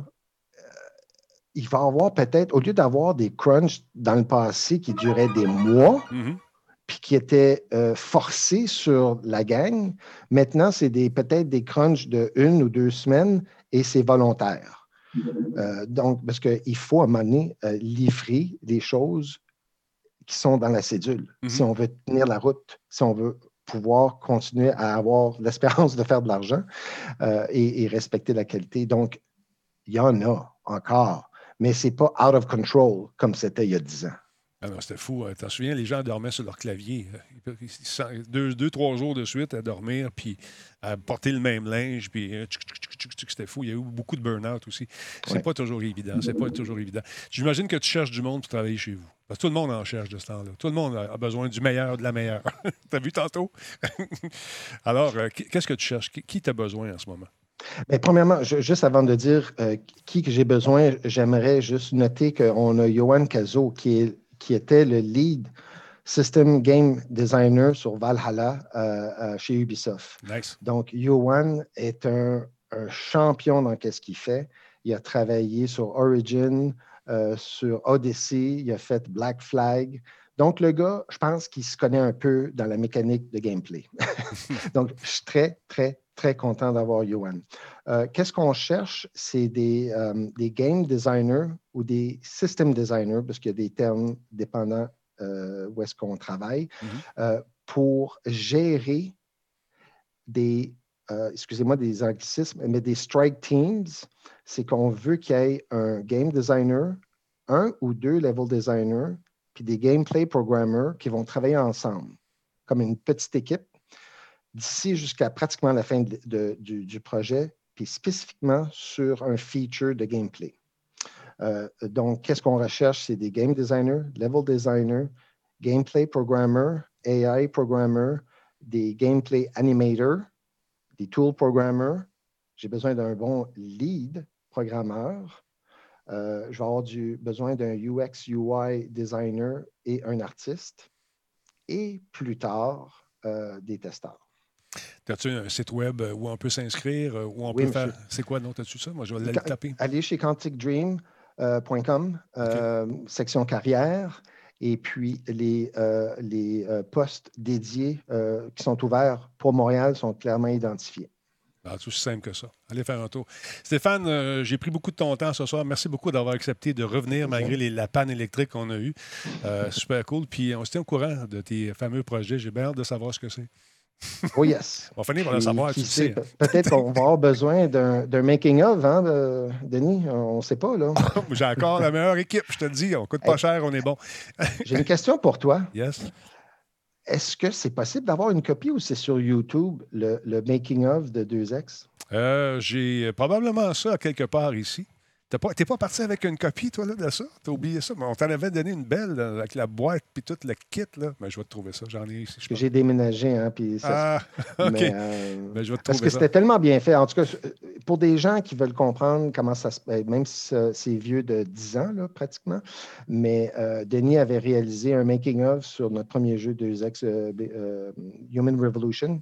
E: euh, il va y avoir peut-être, au lieu d'avoir des crunchs dans le passé qui duraient des mois, mm-hmm. puis qui étaient euh, forcés sur la gang, maintenant, c'est des, peut-être des crunchs de une ou deux semaines et c'est volontaire. Euh, donc, parce qu'il faut à un moment donné euh, livrer des choses qui sont dans la cédule, mm-hmm. si on veut tenir la route, si on veut pouvoir continuer à avoir l'espérance de faire de l'argent euh, et, et respecter la qualité. Donc, il y en a encore, mais ce n'est pas out of control comme c'était il y a dix ans.
A: Ah non, c'était fou. T'en souviens, les gens dormaient sur leur clavier. Deux, deux trois jours de suite à dormir, puis à porter le même linge, puis tchic, tchic, c'était fou. Il y a eu beaucoup de burn-out aussi. C'est
E: Ouais.
A: pas toujours évident. C'est pas toujours évident. J'imagine que tu cherches du monde pour travailler chez vous. Parce que tout le monde en cherche de ce temps-là. Tout le monde a besoin du meilleur, de la meilleure. T'as vu tantôt? Alors, euh, qu'est-ce que tu cherches? Qui, qui t'a besoin en ce moment?
E: Mais premièrement, je- juste avant de dire euh, qui que j'ai besoin, j'aimerais juste noter qu'on a Johan Cazot qui, est, qui était le lead System Game Designer sur Valhalla euh, euh, chez Ubisoft.
A: Nice.
E: Donc, Johan est un, un champion dans ce qu'il fait. Il a travaillé sur Origin, euh, sur Odyssey, il a fait Black Flag. Donc, le gars, je pense qu'il se connaît un peu dans la mécanique de gameplay. Donc, je suis très, très, très content d'avoir Johan. Euh, Qu'est-ce qu'on cherche? C'est des, euh, des game designers ou des system designers, parce qu'il y a des termes dépendants euh, où est-ce qu'on travaille,
A: Mhm.
E: euh, pour gérer des, euh, excusez-moi, des anglicismes, mais des strike teams. C'est qu'on veut qu'il y ait un game designer, un ou deux level designers, puis des gameplay programmers qui vont travailler ensemble, comme une petite équipe, d'ici jusqu'à pratiquement la fin de- de- du, du projet, puis spécifiquement sur un feature de gameplay. Euh, donc, qu'est-ce qu'on recherche? C'est des game designers, level designers, gameplay programmers, A I programmers, des gameplay animators, des tool programmers. J'ai besoin d'un bon lead programmeur. Euh, je vais avoir du, besoin d'un U X U I designer et un artiste. Et plus tard, euh, des testeurs.
A: As-tu un site web euh, où on peut s'inscrire, euh, où on
E: Oui,
A: peut faire.
E: monsieur.
A: C'est quoi, non? As-tu ça? Moi, je vais aller le
E: Ca-
A: taper.
E: Allez chez quantic dream point com, euh, section carrière, et puis les, euh, les euh, postes dédiés euh, qui sont ouverts pour Montréal sont clairement identifiés.
A: Ah, c'est aussi simple que ça. Allez faire un tour. Stéphane, euh, j'ai pris beaucoup de ton temps ce soir. Merci beaucoup d'avoir accepté de revenir malgré les- la panne électrique qu'on a eue. Euh, super cool. Puis on se tient au courant de tes fameux projets. J'ai bien hâte de savoir ce que c'est.
E: Oh yes.
A: On va finir par le
E: Puis,
A: savoir,
E: qui
A: tu le
E: sait,
A: sais.
E: pe- peut-être qu'on va avoir besoin d'un d'un making-of, hein, euh, Denis? On ne sait pas, là.
A: J'ai encore la meilleure équipe, je te le dis. On coûte pas
E: Hey.
A: cher, on est bon.
E: J'ai une question pour toi.
A: Yes.
E: Est-ce que c'est possible d'avoir une copie ou c'est sur YouTube, le, le making-of de deux X?
A: Euh, j'ai probablement ça à quelque part ici. T'as pas, t'es pas parti avec une copie, toi, là, de ça? T'as oublié ça? Mais on t'en avait donné une belle là, avec la boîte puis tout le kit, là. Mais je vais te trouver ça. J'en ai ici, je
E: Que
A: pense.
E: j'ai déménagé, hein, puis ça,
A: Ah, OK.
E: mais, euh,
A: Ben, je vais te
E: parce
A: trouver
E: que
A: ça.
E: c'était tellement bien fait. En tout cas, pour des gens qui veulent comprendre comment ça se passe, même si ça- c'est vieux de dix ans, là, pratiquement, mais euh, Denis avait réalisé un making-of sur notre premier jeu deux X, euh, euh, Human Revolution.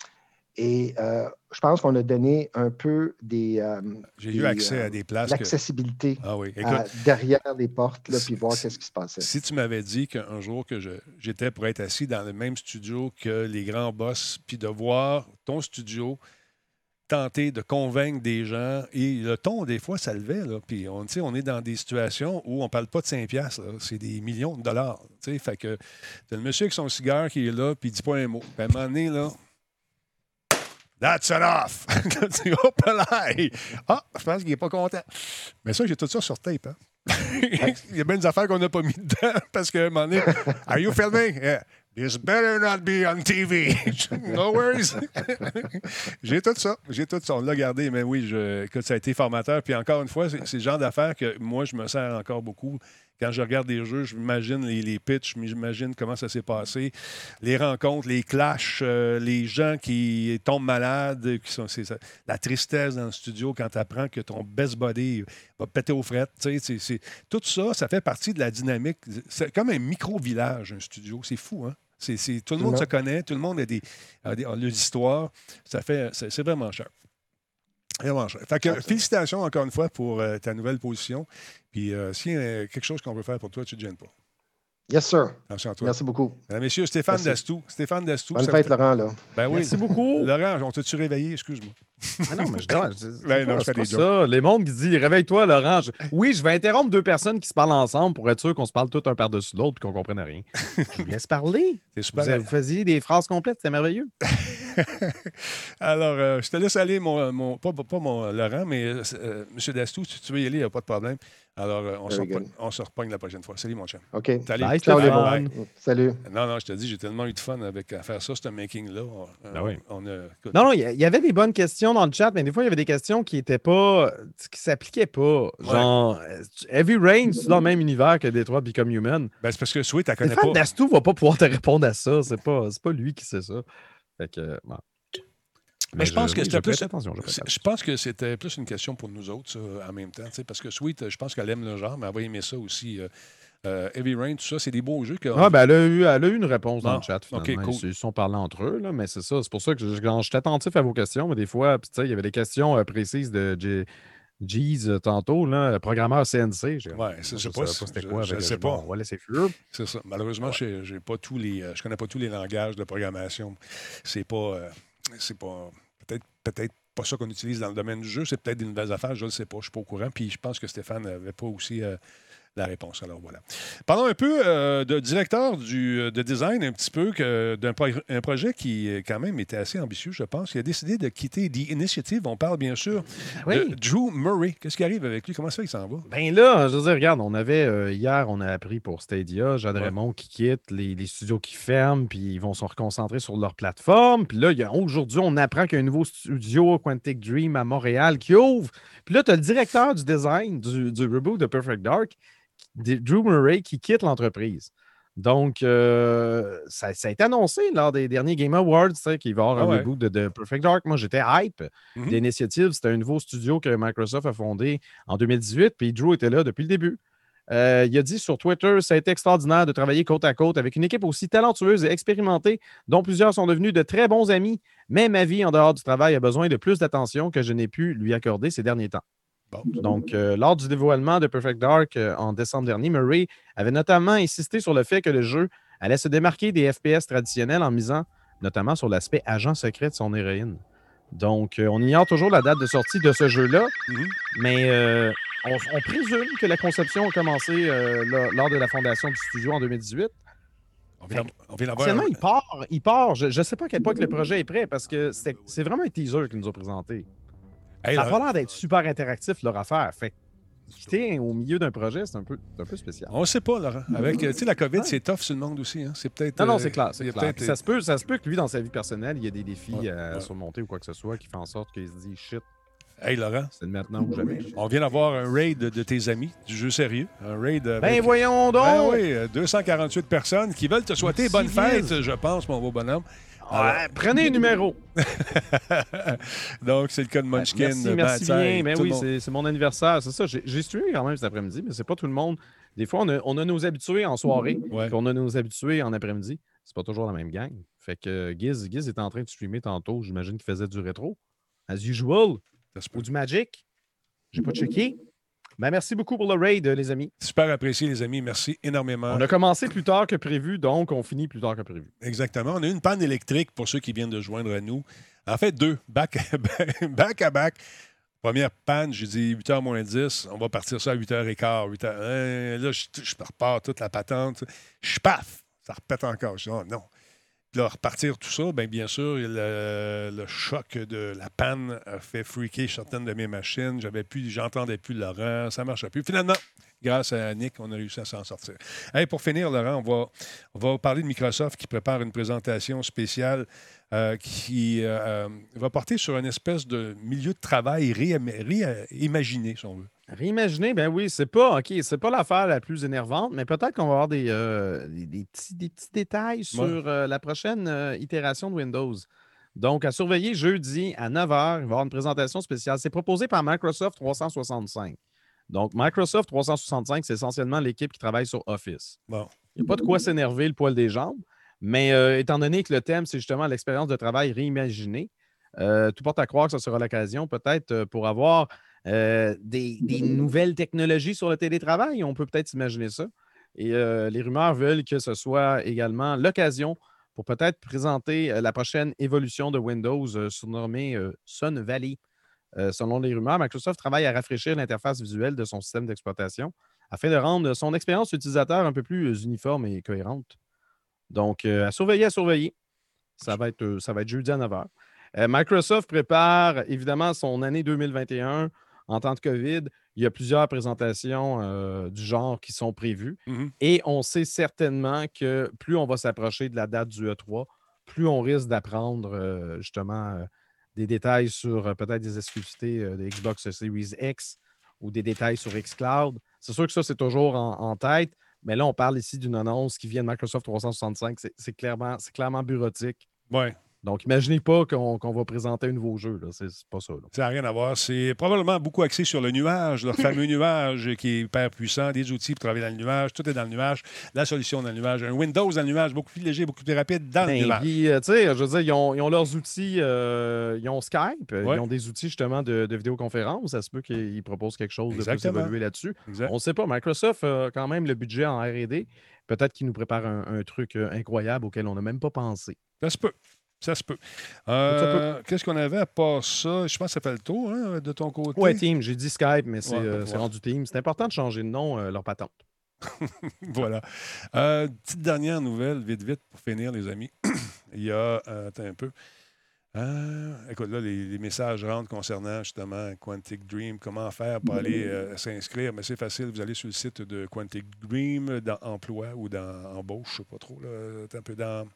E: Et euh, je pense qu'on a donné un peu des. euh,
A: J'ai
E: des,
A: eu accès
E: euh,
A: à des places. Que...
E: l'accessibilité
A: Ah oui. Écoute,
E: à- derrière les portes, là,
A: si-
E: puis voir
A: si-
E: qu'est-ce qui se passait.
A: si tu m'avais dit qu'un jour que je, j'étais pour être assis dans le même studio que les grands boss, puis de voir ton studio tenter de convaincre des gens, et le ton, des fois, ça levait, là. Puis on, tu sais, on est dans des situations où on parle pas de cinq piastres, là. C'est des millions de dollars. Tu sais, fait que t'as le monsieur avec son cigare qui est là, puis il dit pas un mot. Puis à un moment donné, là, that's enough! Tu dis, hop là! Ah, je pense qu'il n'est pas content. Mais ça, j'ai tout ça sur tape. Hein? Il y a bien des affaires qu'on n'a pas mis dedans parce qu'à un moment donné, are you filming? Yeah. This better not be on T V. No worries. J'ai tout ça. J'ai tout ça. On l'a gardé, mais oui, je, écoute, ça a été formateur. Puis encore une fois, c'est, c'est le genre d'affaires que moi, je me sers encore beaucoup. Quand je regarde des jeux, je m'imagine les, les pitchs, j'imagine comment ça s'est passé, les rencontres, les clashs, euh, les gens qui tombent malades, qui sont, c'est, ça, la tristesse dans le studio quand tu apprends que ton best buddy va péter aux frettes. Tu sais, c'est, c'est, tout ça, ça fait partie de la dynamique. C'est comme un micro-village, un studio. C'est fou, hein? C'est, c'est, tout le monde
E: Non.
A: se connaît, tout le monde a des, a des, a des histoires. Ça fait, c'est, c'est vraiment cher. Vraiment cher. Fait que,
E: Absolument.
A: félicitations encore une fois pour euh, ta nouvelle position. Puis euh, s'il y a quelque chose qu'on peut faire pour toi, tu ne te gênes pas.
E: Yes, sir.
A: Attention à toi.
E: Merci beaucoup.
A: Mesdames, messieurs, Stéphane
E: Merci.
A: Dastou. Stéphane Dastou.
E: Bonne
A: ça
E: fête,
A: me fait-
E: Laurent, là.
A: Ben oui.
B: Merci beaucoup.
A: Laurent, on t'a-tu réveillé? Excuse-moi.
B: Ah non, mais je dors. C'est
A: Ben non,
B: pas-
A: je fais
B: c'est
A: des
B: pas ça. Les mondes qui disent réveille-toi, Laurent. Je- Oui, je vais interrompre deux personnes qui se parlent ensemble pour être sûr qu'on se parle tout un par-dessus l'autre et qu'on comprenne rien. Je vous laisse parler.
A: C'est
B: Vous,
A: super.
B: vous faisiez des phrases complètes, c'est merveilleux.
A: Alors, euh, je te laisse aller, mon, mon- pas, pas mon Laurent, mais euh, euh, M. Dastou, si tu veux y aller, il n'y a pas de problème. Alors, euh, on, se
E: Very
A: repogne,
E: good.
A: on se repogne la prochaine fois. Salut, mon chum.
E: OK.
A: Salut.
B: Bye,
E: Ciao, les
B: Stéphane.
E: bons. Salut.
A: Non, non, je te dis, j'ai tellement eu de fun avec, à faire ça, ce making-là. On,
B: Ben oui.
A: on a, écoute,
B: Non, non, il y a- il y avait des bonnes questions dans le chat, mais des fois, il y avait des questions qui étaient pas. qui s'appliquaient pas. Genre, euh, Heavy Rain, c'est dans le même univers que Detroit Become Human.
A: ben, c'est parce que Sweet, elle connaît
B: Stéphane
A: pas.
B: Dastou va pas pouvoir te répondre à ça. C'est pas, c'est pas lui qui sait ça. Fait que, bon.
A: Mais je pense que
B: oui,
A: c'était
B: je prête
A: plus.
B: attention, je prête
A: c'est-
B: attention.
A: Je pense que c'était plus une question pour nous autres, ça, en même temps. tu sais, Parce que Sweet, je pense qu'elle aime le genre, mais elle va aimer ça aussi. Euh, euh, Heavy Rain, tout ça, c'est des beaux jeux. Que...
B: Ah, ben, elle a, eu, elle a eu une réponse dans
A: Ah,
B: le chat, finalement.
A: OK, cool.
B: Ils, ils sont parlés entre eux, là, mais c'est ça. C'est pour ça que je, quand je suis attentif à vos questions, mais des fois, puis, tu sais, il y avait des questions euh, précises de J- Jeez euh, tantôt, là, programmeur C N C. J'ai-
A: Ouais, c'est-
B: je
A: je
B: ne
A: sais pas,
B: savais pas c'était
A: je-
B: quoi.
A: je
B: avec-
A: sais
B: bon,
A: pas.
B: on va laisser fuir.
A: C'est ça. Malheureusement, je j'ai pas tous les, euh, je connais pas tous les langages de programmation. C'est pas, euh, c'est pas peut-être, peut-être pas ça qu'on utilise dans le domaine du jeu. C'est peut-être des nouvelles affaires. Je ne sais pas. Je suis pas au courant. Puis je pense que Stéphane n'avait pas aussi euh, la réponse. Alors voilà. Parlons un peu euh, de directeur du, de design, un petit peu que, d'un pro- un projet qui, euh, quand même, était assez ambitieux, je pense. Il a décidé de quitter The Initiative. On parle bien sûr
B: Oui.
A: de Drew Murray. Qu'est-ce qui arrive avec lui? Comment ça fait qu'il s'en va?
B: Ben là, je veux dire, regarde, on avait euh, hier, on a appris pour Stadia, Jade
A: Ouais.
B: Raymond qui quitte, les, les studios qui ferment, puis ils vont se reconcentrer sur leur plateforme. Puis là, il y a- aujourd'hui, on apprend qu'il y a un nouveau studio, Quantic Dream, à Montréal, qui ouvre. Puis là, tu as le directeur du design du, du reboot de Perfect Dark, qui- Drew Murray, qui quitte l'entreprise. Donc, euh, ça, ça a été annoncé lors des derniers Game Awards, tu sais, qu'il va y avoir
A: Ah
B: un
A: ouais.
B: reboot de, de Perfect Dark. Moi, j'étais hype.
A: Mhm.
B: L'Initiative, c'était un nouveau studio que Microsoft a fondé en deux mille dix-huit, puis Drew était là depuis le début. Euh, il a dit sur Twitter, ça a été extraordinaire de travailler côte à côte avec une équipe aussi talentueuse et expérimentée, dont plusieurs sont devenus de très bons amis. Mais ma vie en dehors du travail a besoin de plus d'attention que je n'ai pu lui accorder ces derniers temps.
A: Bon.
B: Donc, euh, lors du dévoilement de Perfect Dark euh, en décembre dernier, Murray avait notamment insisté sur le fait que le jeu allait se démarquer des F P S traditionnels en misant notamment sur l'aspect agent secret de son héroïne. Donc, euh, on ignore toujours la date de sortie de ce jeu-là,
A: Mhm.
B: mais euh, on, on présume que la conception a commencé euh, là- lors de la fondation du studio en deux mille dix-huit.
A: On vient, on vient d'avoir.
B: Finalement, il part. Il part. Je ne sais pas à quel point que le projet est prêt parce que c'est c'est vraiment un teaser qu'ils nous ont présenté.
A: Hey,
B: Ça n'a
A: Laurent,
B: pas l'air d'être super interactif, leur affaire. Fait que quitter au milieu d'un projet, c'est un peu, c'est un peu spécial.
A: on ne sait pas, Laurent. Avec, euh, tu sais, la COVID, c'est tough sur le monde aussi. Hein. C'est peut-être.
B: Non, non,
A: euh,
B: c'est clair.
A: il
B: C'est
A: y a
B: clair.
A: peut-être,
B: Puis Ça, se peut, ça se peut que lui, dans sa vie personnelle, il y a des défis
A: Ouais,
B: à
A: ouais.
B: surmonter ou quoi que ce soit qui fait en sorte qu'il se dit shit,
A: Hey, Laurent,
B: c'est le maintenant ou jamais.
A: on vient d'avoir un raid de, de tes amis, du jeu sérieux. Un raid. Avec...
B: Ben voyons donc!
A: Ben oui, euh, deux cent quarante-huit personnes qui veulent te souhaiter bonne
B: Civil.
A: fête, je pense, mon beau bonhomme.
B: Ouais, prenez un numéro.
A: Donc, c'est le cas de Munchkin.
B: Merci,
A: de
B: merci
A: Bataille,
B: bien. Ben
A: tout le
B: oui,
A: monde.
B: c'est c'est mon anniversaire. C'est ça. J'ai j'ai streamé quand même cet après-midi, mais c'est pas tout le monde. Des fois, on a, on a nos habitués en soirée,
A: Ouais.
B: puis on a nos habitués en après-midi. C'est pas toujours la même gang. Fait que euh, Giz, Giz est en train de streamer tantôt. J'imagine qu'il faisait du rétro. As usual.
A: Ça se peut.
B: Ou du Magic. J'ai pas checké. Ben, merci beaucoup pour le raid, les amis.
A: Super apprécié, les amis. Merci énormément.
B: On a commencé plus tard que prévu, donc on finit plus tard que prévu.
A: Exactement. On a eu une panne électrique pour ceux qui viennent de joindre à nous. En fait, deux. Back à back. back, à back. Première panne, j'ai dit huit heures moins dix. On va partir ça à huit heures quinze. huit heures. Hein, là, je, je repars toute la patente. Je paf! Ça repète encore. Je dis, oh non. Puis là, repartir tout ça, bien, bien sûr, le, le choc de la panne a fait freaker certaines de mes machines. J'avais plus, j'entendais plus Laurent, ça ne marchait plus. Finalement, grâce à Nick, on a réussi à s'en sortir. Hey, pour finir, Laurent, on va, on va parler de Microsoft qui prépare une présentation spéciale euh, qui euh, va porter sur une espèce de milieu de travail réimaginé, si on veut.
B: Réimaginer, ben oui, c'est pas, OK, c'est pas l'affaire la plus énervante, mais peut-être qu'on va avoir des, euh, des, des petits, des petits détails sur
A: Ouais.
B: euh, la prochaine euh, itération de Windows. Donc, à surveiller jeudi à neuf heures, il va y avoir une présentation spéciale. C'est proposé par Microsoft trois cent soixante-cinq. Donc, Microsoft trois cent soixante-cinq, c'est essentiellement l'équipe qui travaille sur Office.
A: Bon.
B: Il n'y a pas de quoi s'énerver le poil des jambes, mais euh, étant donné que le thème, c'est justement l'expérience de travail réimaginée, euh, tout porte à croire que ce sera l'occasion peut-être euh, pour avoir euh, des, des nouvelles technologies sur le télétravail. On peut peut-être s'imaginer ça. Et euh, les rumeurs veulent que ce soit également l'occasion pour peut-être présenter euh, la prochaine évolution de Windows euh, surnommée euh, Sun Valley. Euh, selon les rumeurs, Microsoft travaille à rafraîchir l'interface visuelle de son système d'exploitation afin de rendre son expérience utilisateur un peu plus uniforme et cohérente. Donc, euh, à surveiller, à surveiller. Ça va être, euh, ça va être jeudi à neuf heures. Euh, Microsoft prépare évidemment son année deux mille vingt et un en temps de COVID, il y a plusieurs présentations euh, du genre qui sont prévues.
A: Mm-hmm.
B: Et on sait certainement que plus on va s'approcher de la date du E trois, plus on risque d'apprendre euh, justement euh, des détails sur euh, peut-être des exclusivités euh, de Xbox Series X ou des détails sur xCloud. C'est sûr que ça, c'est toujours en, en tête, mais là, on parle ici d'une annonce qui vient de Microsoft trois cent soixante-cinq. C'est, c'est, clairement, c'est clairement bureautique.
A: Ouais.
B: Donc, imaginez pas qu'on, qu'on va présenter un nouveau jeu. Là. C'est, c'est pas ça. Là.
A: Ça n'a rien à voir. C'est probablement beaucoup axé sur le nuage, le fameux nuage qui est hyper puissant, des outils pour travailler dans le nuage. Tout est dans le nuage. La solution dans le nuage. Un Windows dans le nuage, beaucoup plus léger, beaucoup plus rapide dans
B: Ben,
A: le nuage.
B: Puis, euh, tu sais, je veux dire, ils ont, ils ont leurs outils. Euh, ils ont Skype.
A: Ouais.
B: Ils ont des outils, justement, de, de vidéoconférence. Ça se peut qu'ils proposent quelque chose
A: Exactement.
B: de plus évolué là-dessus.
A: Exact.
B: On ne sait pas. Microsoft a quand même le budget en R et D. Peut-être qu'ils nous préparent un, un truc incroyable auquel on n'a même pas pensé.
A: Ça se peut. Ça se peut. Euh, qu'est-ce qu'on avait à part ça? Je pense que ça fait le tour hein, de ton côté.
B: Oui, Teams. J'ai dit Skype, mais c'est,
A: ouais,
B: euh,
A: ouais.
B: c'est rendu Teams. C'est important de changer de nom, euh, leur patente.
A: Voilà. Euh, petite dernière nouvelle, vite, vite, pour finir, les amis. Il y a... Euh, attends un peu. Euh, écoute, là, les, les messages rentrent concernant justement Quantic Dream. Comment faire pour aller euh, s'inscrire? Mais c'est facile. Vous allez sur le site de Quantic Dream, dans Emploi ou dans Embauche, je ne sais pas trop. Là, un peu dans...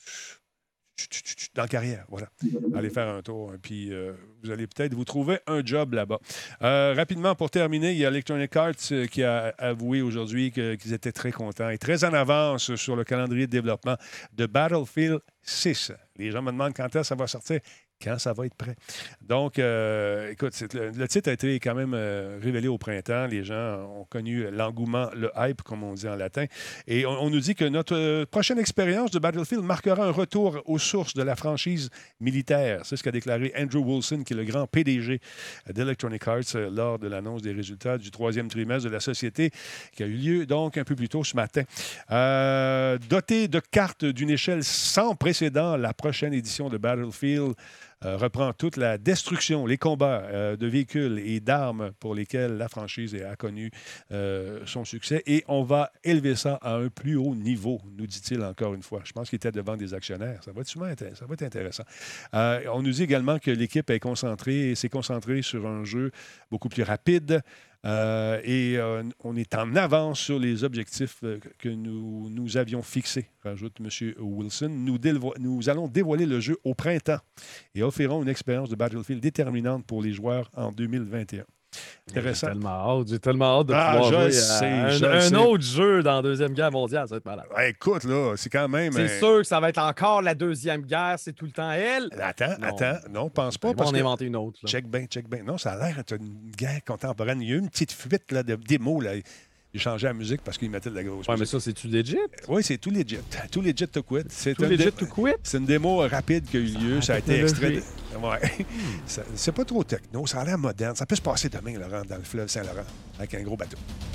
A: dans carrière, voilà. Allez faire un tour, puis euh, vous allez peut-être vous trouver un job là-bas. Euh, rapidement, pour terminer, il y a Electronic Arts euh, qui a avoué aujourd'hui que, qu'ils étaient très contents et très en avance sur le calendrier de développement de Battlefield six. Les gens me demandent quand est-ce que ça va sortir. Quand ça va être prêt. Donc, euh, écoute, c'est, le, le titre a été quand même euh, révélé au printemps. Les gens ont connu l'engouement, le hype, comme on dit en latin. Et on, on nous dit que notre euh, prochaine expérience de Battlefield marquera un retour aux sources de la franchise militaire. C'est ce qu'a déclaré Andrew Wilson, qui est le grand P D G d'Electronic Arts, euh, lors de l'annonce des résultats du troisième trimestre de la société, qui a eu lieu donc un peu plus tôt ce matin. Euh, doté de cartes d'une échelle sans précédent, la prochaine édition de Battlefield Euh, reprend toute la destruction, les combats euh, de véhicules et d'armes pour lesquels la franchise a connu euh, son succès. Et on va élever ça à un plus haut niveau, nous dit-il encore une fois. Je pense qu'il était devant des actionnaires. Ça va être, souvent, ça va être intéressant. Euh, on nous dit également que l'équipe est concentrée, s'est concentrée sur un jeu beaucoup plus rapide. Euh, et euh, on est en avance sur les objectifs euh, que nous, nous avions fixés, rajoute M. Wilson. Nous, dévo- nous allons dévoiler le jeu au printemps et offrirons une expérience de Battlefield déterminante pour les joueurs en deux mille vingt et un. Intéressant.
B: J'ai tellement hâte, j'ai tellement hâte de
A: Ah,
B: pouvoir
A: je
B: jouer
A: sais,
B: à
A: je
B: un, un
A: sais.
B: autre jeu dans la Deuxième Guerre mondiale. Ça va être malade.
A: Ouais, écoute, là, c'est quand même...
B: C'est
A: euh,
B: sûr que ça va être encore la Deuxième Guerre, c'est tout le temps elle.
A: Attends,
B: Non.
A: attends. Non, pense pas.
B: Ils vont
A: Parce
B: en
A: que...
B: inventer une autre. Là.
A: Check bien, check bien. Non, ça a l'air d'être une guerre contemporaine. Il y a eu une petite fuite là, de démos. Là. J'ai changé la musique parce qu'ils mettaient de la grosse
B: Ouais, mais
A: musique.
B: ça, c'est-tu legit?
A: Oui, c'est tout legit. Tout legit to quit. C'est
B: Tout
A: un
B: legit
A: dé-
B: to quit?
A: C'est une démo rapide qui a eu lieu.
B: Ah,
A: Ça a été extrait.
B: technologie.
A: De... Ouais. Ça- c'est pas trop techno. Ça a l'air moderne. Ça peut se passer demain, Laurent, dans le fleuve Saint-Laurent, avec un gros bateau.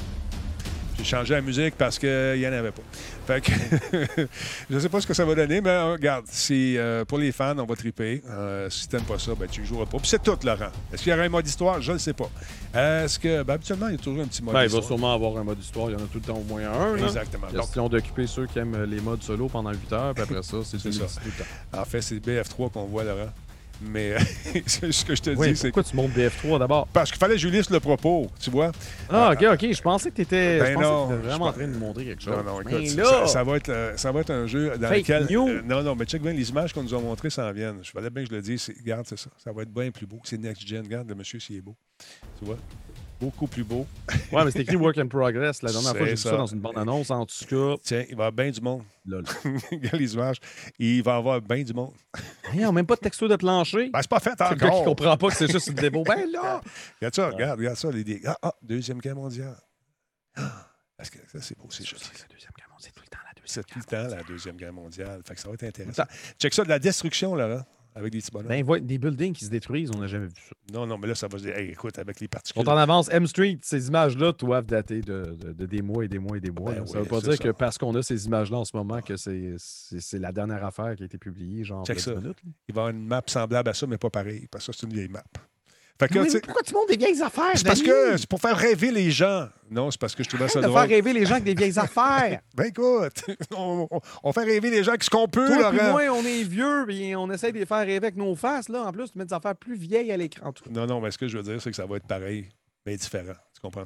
A: J'ai changé la musique parce qu'il n'y en avait pas. Fait que je ne sais pas ce que ça va donner, mais euh, regarde, c'est, euh, pour les fans, on va triper. Euh, si tu n'aimes pas ça, ben, tu ne joueras pas. Puis c'est tout, Laurent. Est-ce qu'il y aura un mode histoire? Je ne sais pas. Est-ce que, ben, habituellement, il y a toujours un petit mode
B: Ben, il va
A: histoire.
B: sûrement avoir un mode histoire. Il y en a tout le temps au moins un. Là.
A: Exactement. Donc,
B: Question d'occuper ceux qui aiment les modes solo pendant huit heures, puis après ça, c'est,
A: C'est
B: du
A: ça.
B: multi tout le temps.
A: en fait, c'est B F trois qu'on voit, Laurent. Mais c'est ce que je te
B: Oui,
A: dis, c'est
B: pourquoi tu montes B F trois d'abord?
A: parce qu'il fallait que je lise le propos, tu vois.
B: Ah, OK, OK. Je pensais que tu étais
A: Ben non,
B: vraiment
A: je
B: en train de nous montrer quelque chose.
A: Non, non,
B: Mais
A: écoute,
B: là,
A: ça, ça va être, euh, ça va être un jeu dans
B: Fake
A: lequel...
B: news.
A: euh, non, non, mais check bien, les images qu'on nous a montrées s'en viennent. Je fallait bien que je le dise. C'est- Regarde, c'est ça. Ça va être bien plus beau. C'est next-gen. Regarde, le monsieur, s'il est beau. Tu vois? Beaucoup plus beau.
B: ouais, mais c'est écrit Work in Progress. La dernière fois,
A: C'est
B: j'ai vu ça
A: ça.
B: dans une bande-annonce. En tout cas,
A: Tiens, il va y avoir bien du monde.
B: lol.
A: Regarde les images. Il va y avoir bien du monde.
B: Ils n'ont même pas de texto de plancher.
A: Ben, c'est pas fait
B: c'est le gars qui
A: encore.
B: comprend pas que c'est juste une démo. Ben là!
A: Regarde ça, regarde, regarde ça. Les... Ah, ah, Deuxième Guerre mondiale. Ah, est-ce que ça, c'est beau, c'est joli.
B: La Deuxième Guerre mondiale, c'est tout le temps la Deuxième
A: C'est tout le temps la Deuxième Guerre mondiale. Fait que ça va être intéressant.
B: Attends.
A: Check ça, de la destruction, là, avec des petits bonhommes.
B: Ben, voit des buildings qui se détruisent, on n'a jamais vu ça.
A: Non, non, mais là, ça va se dire, hey, écoute, avec les
B: On
A: particules.
B: t'en avance. M Street, ces images-là doivent dater de, de- de des mois et des mois et des mois.
A: Ben
B: là. ça
A: oui,
B: ne veut pas
A: c'est
B: dire
A: ça.
B: que parce qu'on a ces images-là en ce moment que c'est, c'est, c'est la dernière affaire qui a été publiée, genre
A: Check
B: il y a
A: ça.
B: dix minutes. là.
A: Il va y avoir une map semblable à ça, mais pas pareil, parce que ça, c'est une vieille map. Fait que,
B: Oui,
A: tu sais,
B: mais pourquoi tu montres des vieilles affaires?
A: c'est parce
B: Danny?
A: que c'est pour faire rêver les gens. Non, c'est parce que je trouvais ça
B: Arrête de
A: drôle.
B: faire rêver les gens avec des vieilles affaires.
A: Ben écoute, on, on- on fait rêver les gens avec ce qu'on peut,
B: Toi puis
A: Laurent.
B: moi, on est vieux et on essaie de les faire rêver avec nos faces. Là. En plus, tu mets des affaires plus vieilles à l'écran. Tout.
A: Non, non, mais ce que je veux dire, c'est que ça va être pareil, mais différent. Tu comprends?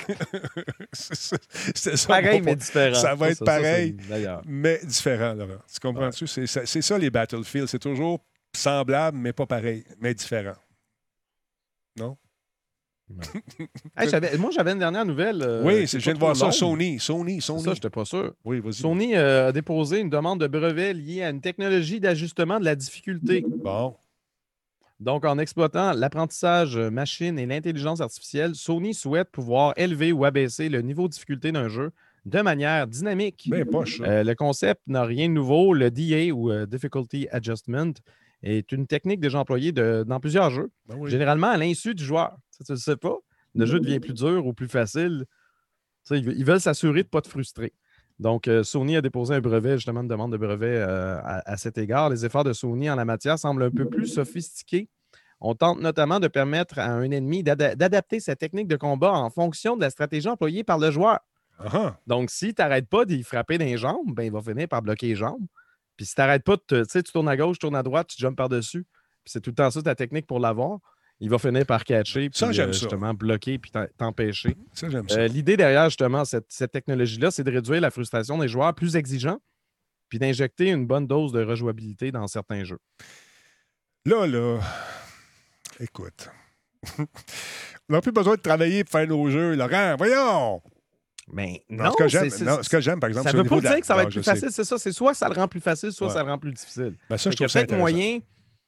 A: c'est c'est ça.
B: Pareil,
A: mon
B: mais
A: point.
B: différent.
A: Ça va être
B: ça,
A: pareil,
B: c'est meilleur.
A: mais différent, Laurent. Tu comprends-tu? C'est ça, c'est ça, les Battlefield. C'est toujours semblable, mais pas pareil, mais différent. Non?
B: Hey, j'avais- moi, j'avais une dernière nouvelle. euh,
A: oui,
B: qui
A: c'est-
B: est
A: je viens
B: pas
A: de voir
B: trop
A: ça.
B: longue.
A: Sony, Sony, Sony.
B: Ça, je n'étais pas sûr.
A: Oui, vas-y.
B: Sony euh, a déposé une demande de brevet liée à une technologie d'ajustement de la difficulté.
A: Bon.
B: Donc, en exploitant l'apprentissage machine et l'intelligence artificielle, Sony souhaite pouvoir élever ou abaisser le niveau de difficulté d'un jeu de manière dynamique.
A: Ben, poche, ça.
B: Euh, le concept n'a rien de nouveau. Le D A ou euh, Difficulty Adjustment est une technique déjà employée de- dans plusieurs jeux,
A: Ben oui.
B: généralement à l'insu du joueur. Ça, tu ne le sais pas. Le jeu devient plus dur ou plus facile. Tu sais, ils ve- ils veulent s'assurer de ne pas te frustrer. Donc, euh, Sony a déposé un brevet, justement, une demande de brevet euh, à, à cet égard. Les efforts de Sony en la matière semblent un peu plus sophistiqués. On tente notamment de permettre à un ennemi d'ada- d'adapter sa technique de combat en fonction de la stratégie employée par le joueur.
A: Ah, ah.
B: Donc, si tu n'arrêtes pas d'y frapper dans les jambes, ben, il va finir par bloquer les jambes. Puis si tu n'arrêtes pas de te, tu sais, tu tournes à gauche, tu tournes à droite, tu jumps par-dessus, puis c'est tout le temps ça ta technique pour l'avoir, il va finir par catcher, puis
A: Ça, j'aime
B: euh,
A: ça.
B: justement bloquer, puis t'en- t'empêcher.
A: Ça, j'aime ça.
B: Euh, L'idée derrière, justement, cette, cette technologie-là, c'est de réduire la frustration des joueurs plus exigeants, puis d'injecter une bonne dose de rejouabilité dans certains jeux.
A: Là, là, écoute. On n'a plus besoin de travailler pour faire nos jeux, Laurent. Voyons!
B: Mais
A: Non,
B: non,
A: ce que j'aime,
B: c'est-
A: non,
B: c'est-
A: ce que j'aime, par exemple,
B: ça
A: c'est
B: ne
A: au
B: veut
A: niveau
B: pas
A: de la-
B: dire que ça va
A: Non,
B: être
A: je
B: plus
A: sais.
B: facile, c'est ça. C'est soit ça le rend plus facile, soit
A: Ouais.
B: ça le rend plus difficile.
A: Ben, ça, je
B: Fait qu'il y
A: trouve
B: a
A: ça
B: peut-être
A: intéressant.
B: moyen.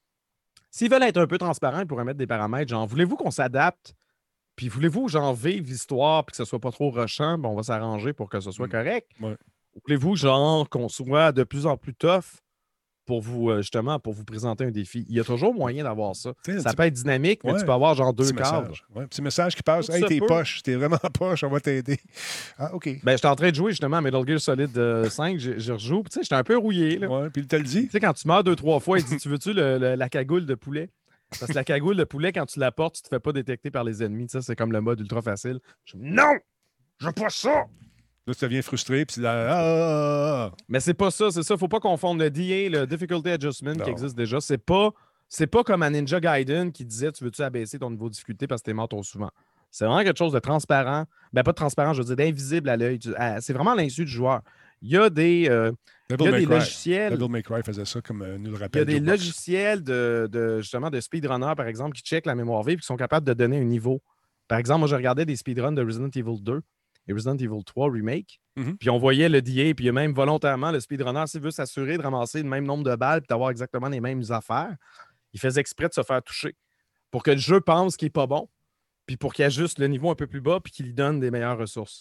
B: S'ils veulent être un peu transparents, ils pourraient mettre des paramètres. Genre, voulez-vous qu'on s'adapte? Puis voulez-vous, genre, vivre l'histoire puis que ce soit pas trop rushant? Ben, on va s'arranger pour que ce soit
A: Mm.
B: correct.
A: Ouais.
B: Ou voulez-vous, genre, qu'on soit de plus en plus tough pour vous, euh, justement, pour vous présenter un défi? Il y a toujours moyen d'avoir ça.
A: Tu sais,
B: Ça
A: tu-
B: peut être dynamique, mais
A: Ouais.
B: tu peux avoir, genre, deux
A: Petit
B: cadres.
A: message. Ouais, petit message qui passe.
B: Tout
A: Hey,
B: se
A: t'es
B: peut.
A: poche. T'es vraiment poche. On va t'aider. Ah, OK.
B: Ben, j'étais en train de jouer, justement, à Metal Gear Solid euh, cinq. Je, je rejoue. Puis, tu sais, j'étais un peu rouillé, là.
A: Ouais, puis il te le dit.
B: Tu sais, quand tu meurs deux, trois fois, il dit Tu veux-tu le- le- la cagoule de poulet? Parce que la cagoule de poulet, quand tu la portes, tu te fais pas détecter par les ennemis. Ça, c'est comme le mode ultra facile. Je dis, non! Je veux pas ça!
A: Là, tu deviens frustré. Puis là, ah, ah, ah,
B: Mais c'est pas ça, c'est ça. Faut pas confondre le D A, le Difficulty Adjustment
A: Non.
B: qui existe déjà. C'est pas, c'est pas comme à Ninja Gaiden qui disait Tu veux-tu abaisser ton niveau de difficulté parce que t'es mort trop souvent. C'est vraiment quelque chose de transparent. Ben, pas de transparent, je veux dire d'invisible à l'œil. Tu- à- C'est vraiment l'insu du joueur. Il y a des, euh, il y
A: Devil
B: a
A: May
B: des
A: Cry.
B: logiciels.
A: Devil May Cry faisait ça comme euh, nous le
B: Il y a
A: rappelle.
B: des
A: Joe Box.
B: logiciels de, de, justement de speedrunners, par exemple, qui checkent la mémoire vive et qui sont capables de donner un niveau. Par exemple, moi, je regardais des speedruns de Resident Evil deux et Resident Evil trois Remake.
A: Mhm.
B: Puis on voyait le D A, puis il y a même volontairement le speedrunner, s'il veut s'assurer de ramasser le même nombre de balles et d'avoir exactement les mêmes affaires, il fait exprès de se faire toucher pour que le jeu pense qu'il n'est pas bon, puis pour qu'il ajuste le niveau un peu plus bas, puis qu'il lui donne des meilleures ressources.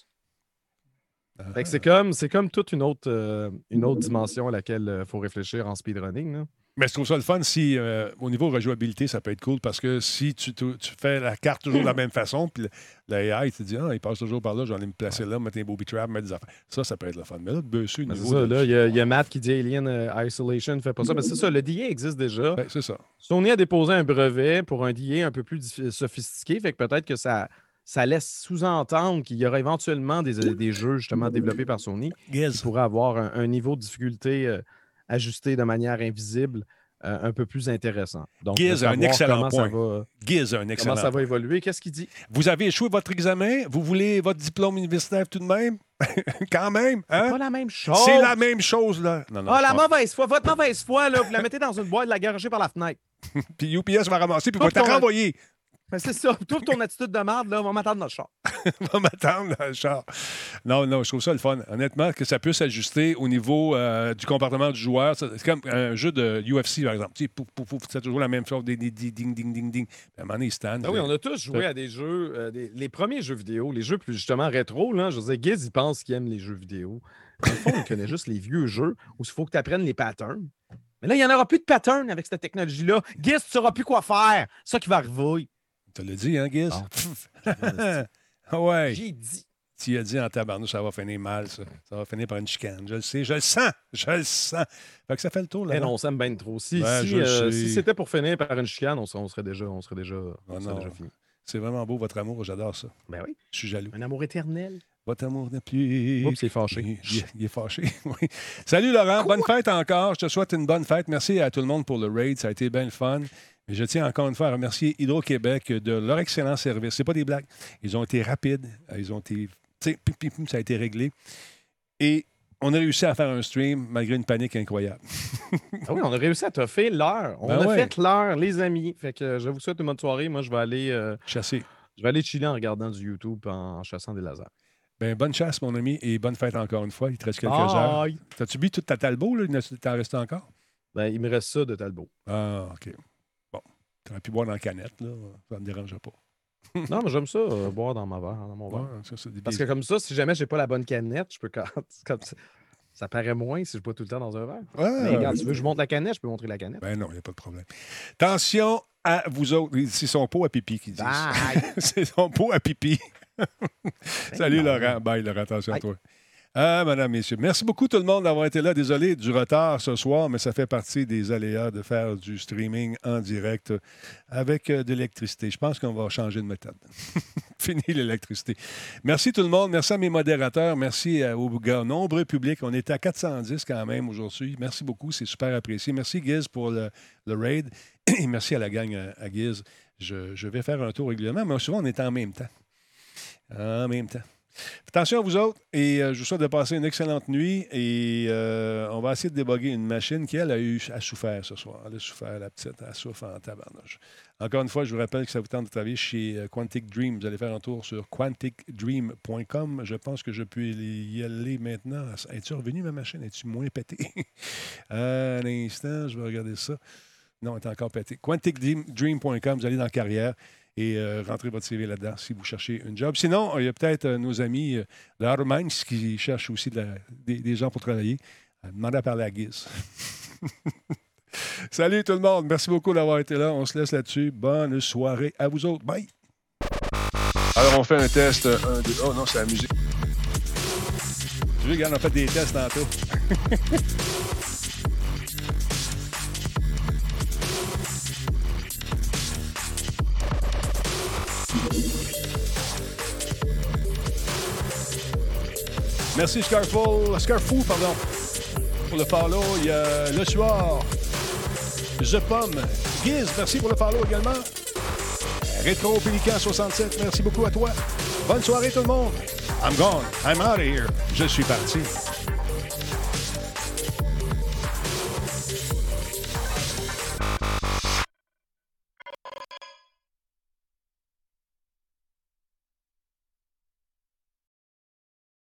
B: Fait que c'est comme, c'est comme toute une autre, euh, une autre dimension à laquelle il faut réfléchir en speedrunning. Là.
A: Mais je trouve ça le fun si, euh, au niveau rejouabilité, ça peut être cool parce que si tu, tu, tu fais la carte toujours de la même façon, puis l'A I te dit, ah, il passe toujours par là, je vais aller me placer là, mettre un booby trap, mettre des affaires. Ça, ça peut être le fun. Mais là, dessus,
B: Ben,
A: niveau
B: c'est ça,
A: de-
B: là, il y, a- il y a Matt qui dit Alien euh, Isolation ne fait pas ça. Mais c'est ça, le D A existe déjà.
A: Ouais, c'est ça.
B: Sony a déposé un brevet pour un D A un peu plus dif- sophistiqué, fait que peut-être que ça, ça laisse sous-entendre qu'il y aura éventuellement des, des jeux justement développés par Sony qui
A: Giz.
B: pourraient avoir un, un niveau de difficulté euh, ajusté de manière invisible euh, un peu plus intéressant. Donc,
A: Giz
B: de
A: a un
B: savoir
A: excellent
B: comment
A: point.
B: Ça va,
A: Giz a un excellent
B: comment ça va
A: point.
B: évoluer. Qu'est-ce qu'il dit?
A: Vous avez échoué votre examen? Vous voulez votre diplôme universitaire tout de même? Quand même,
B: C'est
A: hein?
B: pas la même chose.
A: C'est la même chose, là. Non, non,
B: Ah,
A: je
B: la
A: pense-
B: mauvaise foi, votre mauvaise foi, là, vous la mettez dans une boîte, la garagez par la fenêtre.
A: Puis U P S va ramasser, puis
B: Toi,
A: va te
B: ton-
A: renvoyer.
B: Ben, c'est ça. Trouve ton attitude de merde, là, on va m'attendre dans le char.
A: va m'attendre dans le char. Non, non, je trouve ça le fun. Honnêtement, que ça puisse s'ajuster au niveau euh, du comportement du joueur. Ça, c'est comme un jeu de U F C, par exemple. Tu sais, pouf, pouf, pouf, c'est toujours la même chose. Ding, ding, ding, ding, ding, ding. Puis à un moment donné, il stand.
B: Ah oui, on a tous joué à des jeux, euh, des- les premiers jeux vidéo, les jeux plus justement rétro. Là, je veux dire, Giz, il pense qu'il aime les jeux vidéo. Dans le fond, il connaît juste les vieux jeux où il faut que tu apprennes les patterns. Mais là, il n'y en aura plus de patterns avec cette technologie-là. Giz, tu ne sauras plus quoi faire. C'est ça qui va arriver.
A: Tu l'as dit, hein, Giz?
B: Bon.
A: Ah ouais.
B: J'ai dit.
A: Tu as dit en tabarnouche, ça va finir mal, ça. Ça va finir par une chicane. Je le sais, je le sens, je le sens. Fait que ça fait le tour, là.
B: Eh non, on s'aime bien trop. Si,
A: Ben,
B: si,
A: je le
B: euh,
A: sais.
B: si c'était pour finir par une chicane, on, serait- on serait déjà, on serait déjà, on
A: Oh
B: serait
A: non.
B: déjà fini.
A: C'est vraiment beau, votre amour. J'adore ça.
B: Ben oui.
A: Je suis jaloux.
B: Un amour éternel.
A: Votre amour n'est plus...
B: Oups, il est fâché.
A: Il, il- il est fâché, oui. Salut, Laurent. Bonne fête encore. Je te souhaite une bonne fête. Merci à tout le monde pour le raid. Ça a été bien le fun. Et je tiens encore une fois à remercier Hydro-Québec de leur excellent service. C'est pas des blagues. Ils ont été rapides. Ils ont été... Tu sais, pim, pim, pim, ça a été réglé. Et on a réussi à faire un stream malgré une panique incroyable.
B: Ah oui, on a réussi à toffer l'heure. On
A: Ben
B: a
A: ouais.
B: fait l'heure, les amis. Fait que je vous souhaite une bonne soirée. Moi, je vais aller, euh,
A: Chassé.
B: je vais aller chiller en regardant du YouTube en, en chassant des lasers.
A: Ben, bonne chasse, mon ami, et bonne fête encore une fois. Il te reste quelques heures.
B: Bye.
A: T'as-tu bu toute ta Talbot, là? Il ne- t'en reste encore?
B: Ben, il me reste ça de Talbot.
A: Ah, OK. Bon. T'aurais pu boire dans la canette, là. Ça ne me dérangerait pas.
B: Non, mais j'aime ça, euh, boire dans ma verre, dans mon verre.
A: Ouais, ça, c'est des-
B: Parce que comme ça, si jamais j'ai pas la bonne canette, je peux quand comme ça, ça paraît moins si je bois tout le temps dans un verre.
A: Ouais,
B: Mais regarde, tu veux que je montre la canette, je peux montrer la canette.
A: ben non, il n'y a pas de problème. Attention à vous autres. C'est son pot à pipi qui dit.
B: Bye.
A: C'est son pot à pipi. Salut,
B: non.
A: Laurent. Bye, Laurent. Attention à
B: Bye.
A: toi. Ah, madame, messieurs. Merci beaucoup tout le monde d'avoir été là. Désolé du retard ce soir, mais ça fait partie des aléas de faire du streaming en direct avec euh, de l'électricité. Je pense qu'on va changer de méthode. Fini l'électricité. Merci tout le monde. Merci à mes modérateurs. Merci à- aux gars, nombreux publics. On était à quatre cent dix quand même aujourd'hui. Merci beaucoup. C'est super apprécié. Merci, Giz, pour le, le raid. Et merci à la gang à, à Giz. Je, je vais faire un tour régulièrement, mais souvent, on est en même temps. En même temps. Attention à vous autres et euh, je vous souhaite de passer une excellente nuit et euh, on va essayer de déboguer une machine qui, elle, a eu a souffert ce soir. Elle a souffert, la petite, elle souffre en tabarnouche. Encore une fois, je vous rappelle que ça vous tente de travailler chez euh, Quantic Dream. Vous allez faire un tour sur quantic dream point com. Je pense que je peux y aller maintenant. Es-tu revenu, ma machine? Es-tu moins pété? Un instant, je vais regarder ça. Non, elle est encore pété. quantic dream point com, vous allez dans la carrière et euh, rentrez votre C V là-dedans si vous cherchez une job. Sinon, il y a peut-être euh, nos amis euh, de Outer Minds qui cherchent aussi de la- des, des gens pour travailler. Euh, demandez à parler à Giz. Salut tout le monde. Merci beaucoup d'avoir été là. On se laisse là-dessus. Bonne soirée à vous autres. Bye. Alors, on fait un test. Un, deux. Oh non, c'est la musique. Tu veux, regarde, on a fait des tests tantôt. Merci Scarful, Scarfou, pardon, pour le follow. Il y a Le Soir, The Pomme, Giz, merci pour le follow également. Rétro Pélican soixante-sept, merci beaucoup à toi. Bonne soirée tout le monde. I'm gone, I'm out of here. Je suis parti.